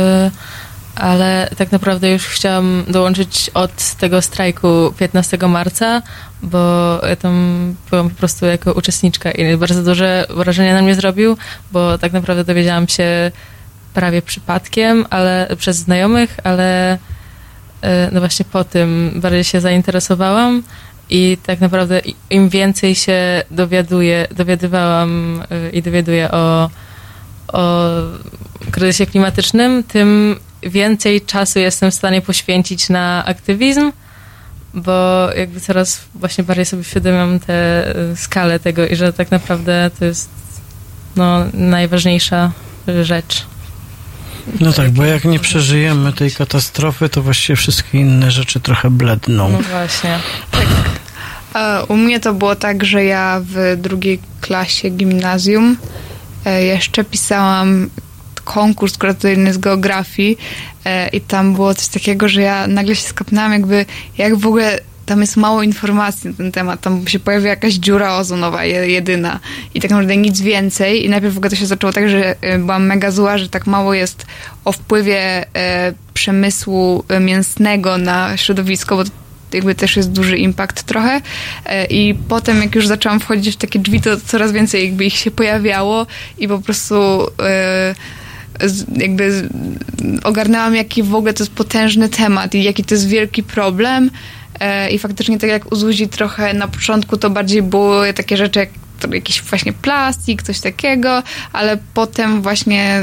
ale tak naprawdę już chciałam dołączyć od tego strajku piętnastego marca, bo ja tam byłam po prostu jako uczestniczka i bardzo duże wrażenie na mnie zrobił, bo tak naprawdę dowiedziałam się prawie przypadkiem, ale przez znajomych, ale no właśnie po tym bardziej się zainteresowałam i tak naprawdę im więcej się dowiaduję, dowiadywałam i dowiaduję o, o kryzysie klimatycznym, tym więcej czasu jestem w stanie poświęcić na aktywizm, bo jakby coraz właśnie bardziej sobie uświadamiam tę skalę tego i że tak naprawdę to jest no, najważniejsza rzecz. No tak, bo jak nie przeżyjemy tej katastrofy, to właściwie wszystkie inne rzeczy trochę bledną. No właśnie. Tak. U mnie to było tak, że ja w drugiej klasie gimnazjum jeszcze pisałam konkurs gratulacyjny z geografii i tam było coś takiego, że ja nagle się skapnęłam jakby, jak w ogóle tam jest mało informacji na ten temat. Tam się pojawia jakaś dziura ozonowa, jedyna. I tak naprawdę nic więcej. I najpierw w ogóle to się zaczęło tak, że byłam mega zła, że tak mało jest o wpływie e, przemysłu mięsnego na środowisko, bo to jakby też jest duży impact trochę. E, I potem jak już zaczęłam wchodzić w takie drzwi, to coraz więcej jakby ich się pojawiało i po prostu e, jakby ogarnęłam, jaki w ogóle to jest potężny temat i jaki to jest wielki problem. I faktycznie tak jak u Zuzi trochę na początku to bardziej były takie rzeczy jak jakiś właśnie plastik, coś takiego, ale potem właśnie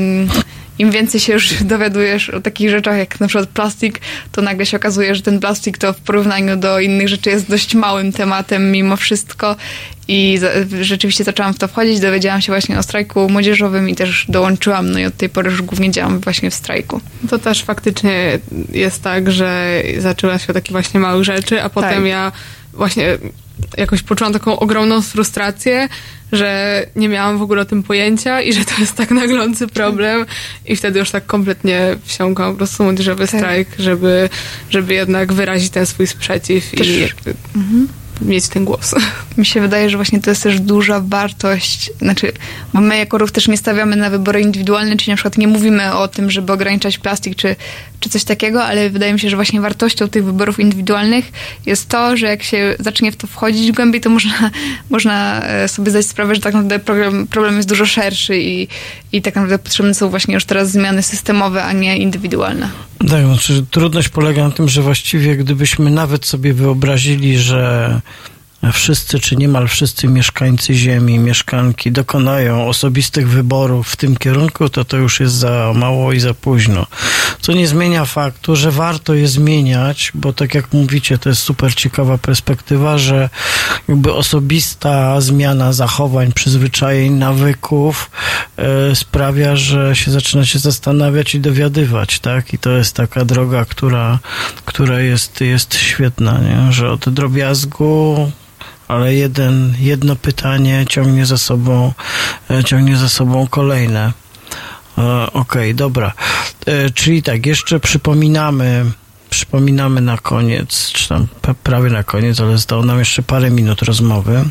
im więcej się już dowiadujesz o takich rzeczach jak na przykład plastik, to nagle się okazuje, że ten plastik to w porównaniu do innych rzeczy jest dość małym tematem mimo wszystko i za, rzeczywiście zaczęłam w to wchodzić, dowiedziałam się właśnie o strajku młodzieżowym i też dołączyłam, no i od tej pory już głównie działam właśnie w strajku. To też faktycznie jest tak, że zaczęła się od takich właśnie małych rzeczy, a potem tak. ja właśnie jakoś poczułam taką ogromną frustrację, że nie miałam w ogóle o tym pojęcia i że to jest tak naglący problem i wtedy już tak kompletnie wsiąkłam po prostu młodzieżowy tak. strajk, żeby, żeby jednak wyrazić ten swój sprzeciw też. i jakby mhm. mieć ten głos. Mi się wydaje, że właśnie to jest też duża wartość, znaczy, bo my jako ruch też nie stawiamy na wybory indywidualne, czyli na przykład nie mówimy o tym, żeby ograniczać plastik, czy, czy coś takiego, ale wydaje mi się, że właśnie wartością tych wyborów indywidualnych jest to, że jak się zacznie w to wchodzić głębiej, to można, można sobie zdać sprawę, że tak naprawdę problem, problem jest dużo szerszy i, i tak naprawdę potrzebne są właśnie już teraz zmiany systemowe, a nie indywidualne. Tak, znaczy trudność polega na tym, że właściwie gdybyśmy nawet sobie wyobrazili, że wszyscy, czy niemal wszyscy mieszkańcy Ziemi, mieszkanki dokonają osobistych wyborów w tym kierunku, to to już jest za mało i za późno. Co nie zmienia faktu, że warto je zmieniać, bo tak jak mówicie, to jest super ciekawa perspektywa, że jakby osobista zmiana zachowań, przyzwyczajeń, nawyków e, sprawia, że się zaczyna się zastanawiać i dowiadywać, tak? I to jest taka droga, która, która jest, jest świetna, nie? Że od drobiazgu, ale jeden, jedno pytanie ciągnie za sobą, ciągnie za sobą kolejne. Okej, okay, dobra. E, czyli tak, jeszcze przypominamy, przypominamy na koniec, czy tam prawie na koniec, ale zostało nam jeszcze parę minut rozmowy.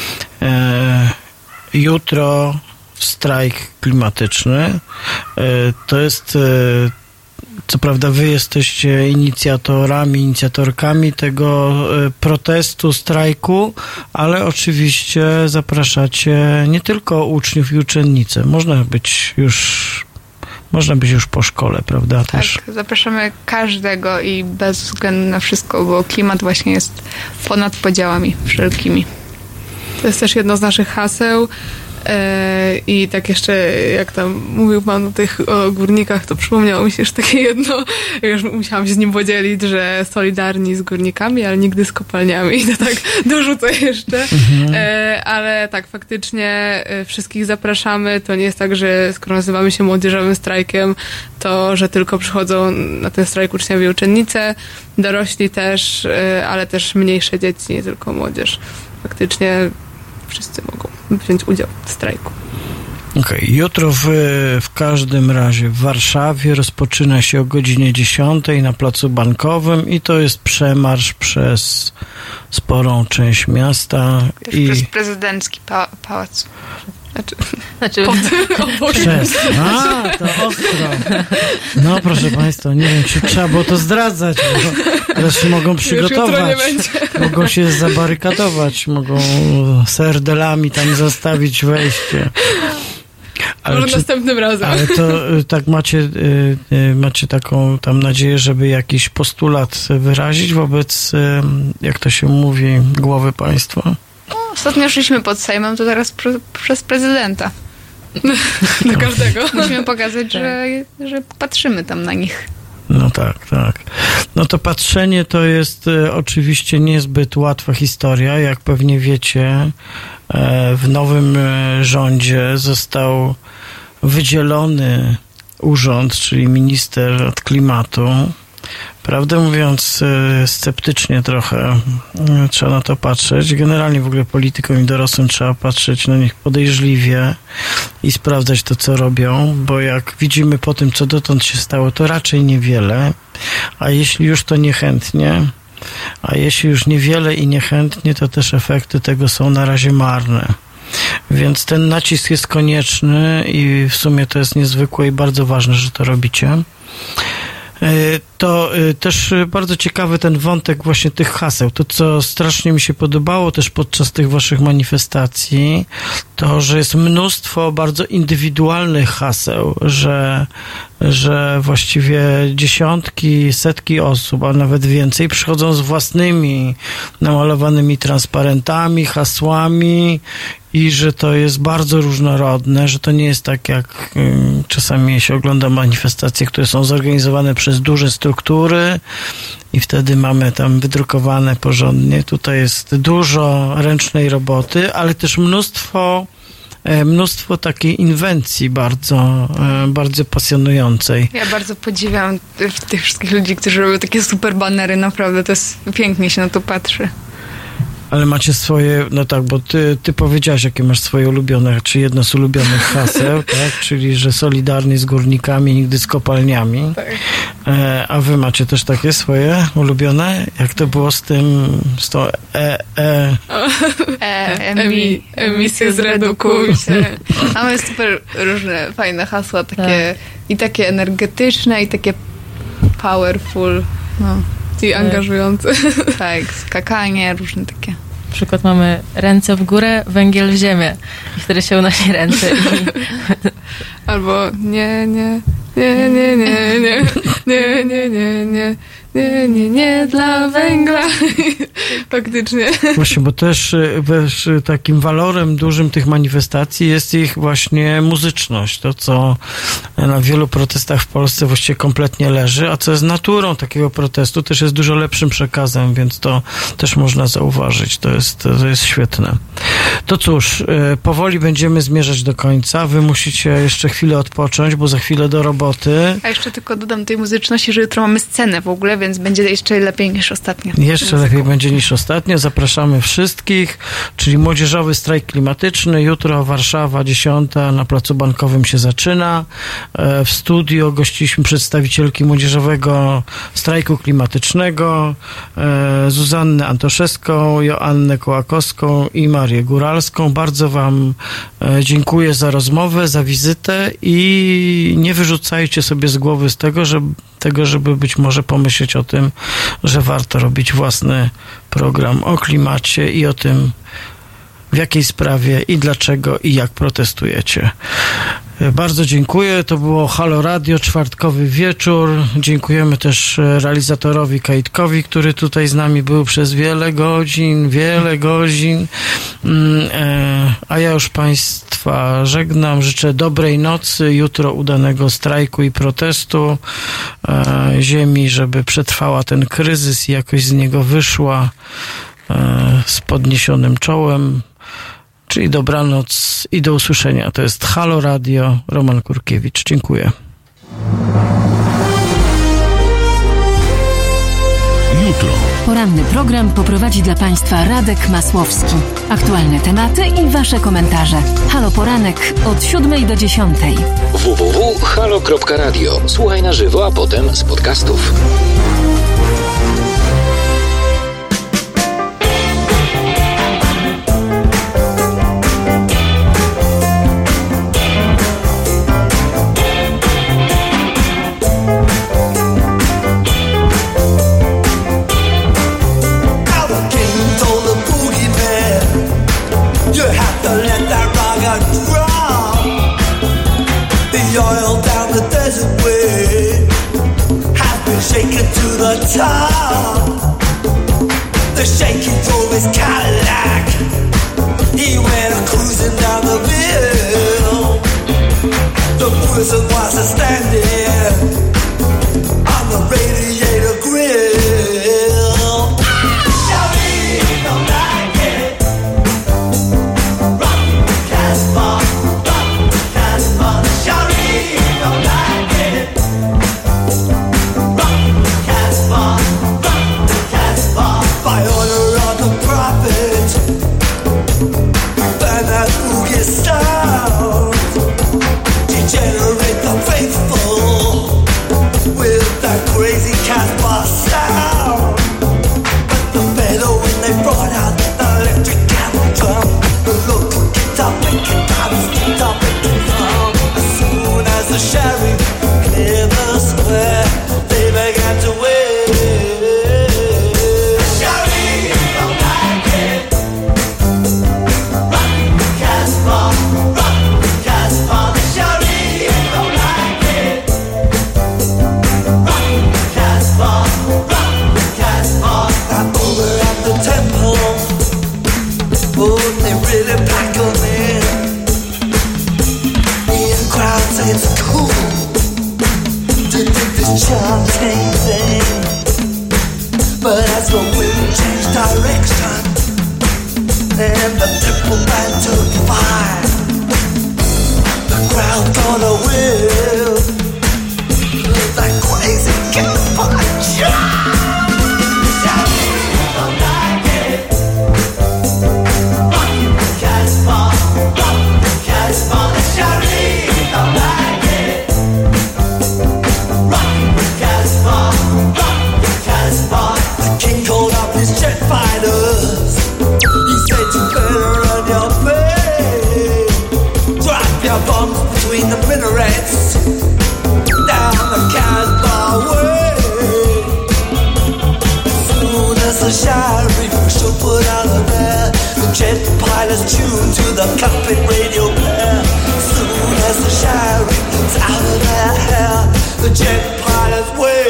E, jutro strajk klimatyczny. E, to jest e, co prawda wy jesteście inicjatorami, inicjatorkami tego e, protestu, strajku, ale oczywiście zapraszacie nie tylko uczniów i uczennice. Można być już można być już po szkole, prawda? Tak, też. Zapraszamy każdego i bez względu na wszystko, bo klimat właśnie jest ponad podziałami wszelkimi. To jest też jedno z naszych haseł. I tak jeszcze, jak tam mówił pan o tych o górnikach, to przypomniało mi się już takie jedno, już musiałam się z nim podzielić, że solidarni z górnikami, ale nigdy z kopalniami. To tak dorzucę jeszcze. Mhm. Ale tak, faktycznie wszystkich zapraszamy. To nie jest tak, że skoro nazywamy się młodzieżowym strajkiem, to że tylko przychodzą na ten strajk uczniowie i uczennice, dorośli też, ale też mniejsze dzieci, nie tylko młodzież. Faktycznie wszyscy mogą wziąć udział w strajku. Okej, okay. Jutro w, w każdym razie w Warszawie rozpoczyna się o godzinie dziesiątej na Placu Bankowym i to jest przemarsz przez sporą część miasta. Też i przez prezydencki pa- pałac. Znaczy, znaczy pod, przez. A, to ostro. No proszę Państwa, nie wiem, czy trzeba było to zdradzać, bo teraz się mogą przygotować. Mogą się zabarykadować, mogą serdelami tam zastawić wejście. Ale Może czy, następnym razem. Ale to tak macie, macie taką tam nadzieję, żeby jakiś postulat wyrazić wobec, jak to się mówi, głowy państwa? No, ostatnio szliśmy pod Sejmem, to teraz pr- przez prezydenta. Do każdego. Musimy pokazać, że, że patrzymy tam na nich. No tak, tak. No to patrzenie to jest e, oczywiście niezbyt łatwa historia. Jak pewnie wiecie, e, w nowym e, rządzie został wydzielony urząd, czyli minister od klimatu. Prawdę mówiąc, e, sceptycznie trochę e, trzeba na to patrzeć. Generalnie w ogóle politykom i dorosłym trzeba patrzeć na nich podejrzliwie i sprawdzać to, co robią, bo jak widzimy po tym, co dotąd się stało, to raczej niewiele, a jeśli już, to niechętnie, a jeśli już niewiele i niechętnie, to też efekty tego są na razie marne. Więc ten nacisk jest konieczny i w sumie to jest niezwykłe i bardzo ważne, że to robicie. To też bardzo ciekawy ten wątek właśnie tych haseł. To, co strasznie mi się podobało też podczas tych waszych manifestacji, to, że jest mnóstwo bardzo indywidualnych haseł, że, że właściwie dziesiątki, setki osób, a nawet więcej przychodzą z własnymi namalowanymi transparentami, hasłami i że to jest bardzo różnorodne, że to nie jest tak, jak y, czasami się ogląda manifestacje, które są zorganizowane przez duże struktury i wtedy mamy tam wydrukowane porządnie. Tutaj jest dużo ręcznej roboty, ale też mnóstwo mnóstwo takiej inwencji bardzo, bardzo pasjonującej. Ja bardzo podziwiam tych wszystkich ludzi, którzy robią takie super banery, naprawdę to jest pięknie się na to patrzy. Ale macie swoje, no tak, bo ty, ty powiedziałaś, jakie masz swoje ulubione, czy jedno z ulubionych haseł, tak? Czyli, że solidarni z górnikami, nigdy z kopalniami. Tak. E, a wy macie też takie swoje ulubione? Jak to było z tym, z tą e, e... e emi, emisję zredukujcie. Mamy super różne, fajne hasła, takie tak. I takie energetyczne, i takie powerful, no. I angażujące. Tak, skakanie, różne takie. Na przykład mamy ręce w górę, węgiel w ziemię. I wtedy się unosi ręce. I... Albo nie, nie, nie, nie, nie, nie. Nie, nie, nie, nie, nie, nie, nie dla węgla. Faktycznie. Właśnie, bo też, też takim walorem dużym tych manifestacji jest ich właśnie muzyczność. To, co na wielu protestach w Polsce właściwie kompletnie leży, a co jest naturą takiego protestu, też jest dużo lepszym przekazem, więc to też można zauważyć. To jest, to jest świetne. To cóż, powoli będziemy zmierzać do końca. Wy musicie jeszcze chwilę odpocząć, bo za chwilę do roboty. A jeszcze tylko dodam tej muzyczności, że jutro mamy scenę w ogóle, więc będzie jeszcze lepiej niż ostatnio. Jeszcze lepiej będzie niż ostatnio. Zapraszamy wszystkich, czyli Młodzieżowy Strajk Klimatyczny. Jutro Warszawa, dziesiąta, na Placu Bankowym się zaczyna. W studio gościliśmy przedstawicielki Młodzieżowego Strajku Klimatycznego, Zuzannę Antoszewską, Joannę Kołakowską i Marię Góralską. Bardzo wam dziękuję za rozmowę, za wizytę i nie wyrzucajcie sobie z głowy z tego, że, tego, żeby być może pomyśleć o tym, że warto robić własny program o klimacie i o tym, w jakiej sprawie i dlaczego i jak protestujecie. Bardzo dziękuję. To było Halo Radio, czwartkowy wieczór. Dziękujemy też realizatorowi Kajtkowi, który tutaj z nami był przez wiele godzin, wiele godzin. A ja już Państwa żegnam. Życzę dobrej nocy, jutro udanego strajku i protestu ziemi, żeby przetrwała ten kryzys i jakoś z niego wyszła z podniesionym czołem. Czyli dobranoc i do usłyszenia. To jest Halo Radio, Roman Kurkiewicz. Dziękuję. Jutro. Poranny program poprowadzi dla Państwa Radek Masłowski. Aktualne tematy i Wasze komentarze. Halo Poranek od siódmej do dziesiątej. w w w kropka halo kropka radio. Słuchaj na żywo, a potem z podcastów. Top. The shaky drove his Cadillac. He went cruising down the hill. The person was standing on the radiator grill. Shawty don't like it. Rock Casbah, rock Casbah. Shawty don't like it. By order of the prophet, burn that boogie sound, degenerate the faithful with that crazy Casbah sound. But the better when they brought out the electric camel drum, the local guitar picking drums, guitar picking drum. As soon as the sheriff cleared the square, they began to wait. Chanting thing, but as the wind changed direction and the triple band took fire, the crowd got a whiff of that crazy Casbah jive. Don't like it. Rockin' the Casbah, rockin' the Casbah. Shawty don't like it. The king called up his jet fighters. He said you better run your play. Drop your bombs between the minarets down the Casbah way. As soon as the sheriff should put out of there, the jet pilots tuned to the cockpit radio player. As soon as the sheriff gets out of their hair, the jet pilots wait.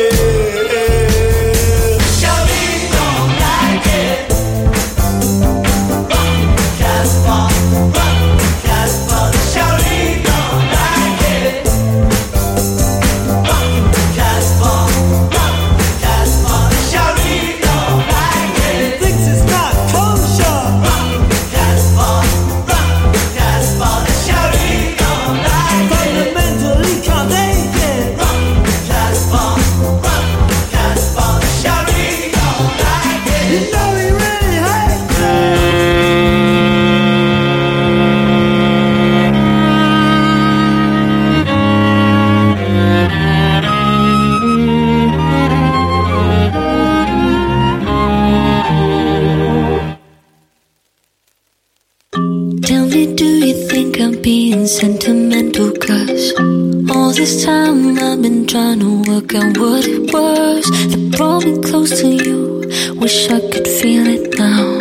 getting sentimental, cause all this time I've been trying to work out what it was that brought me close to you. Wish I could feel it now.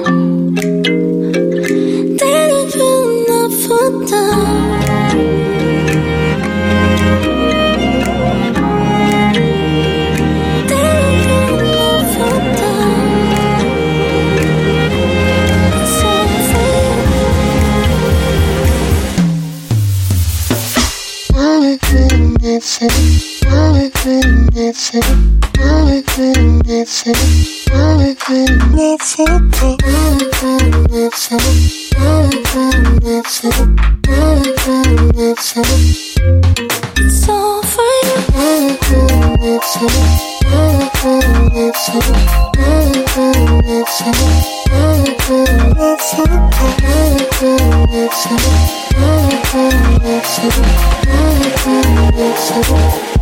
Didn't feel enough for down. It's all for you. It's all for you.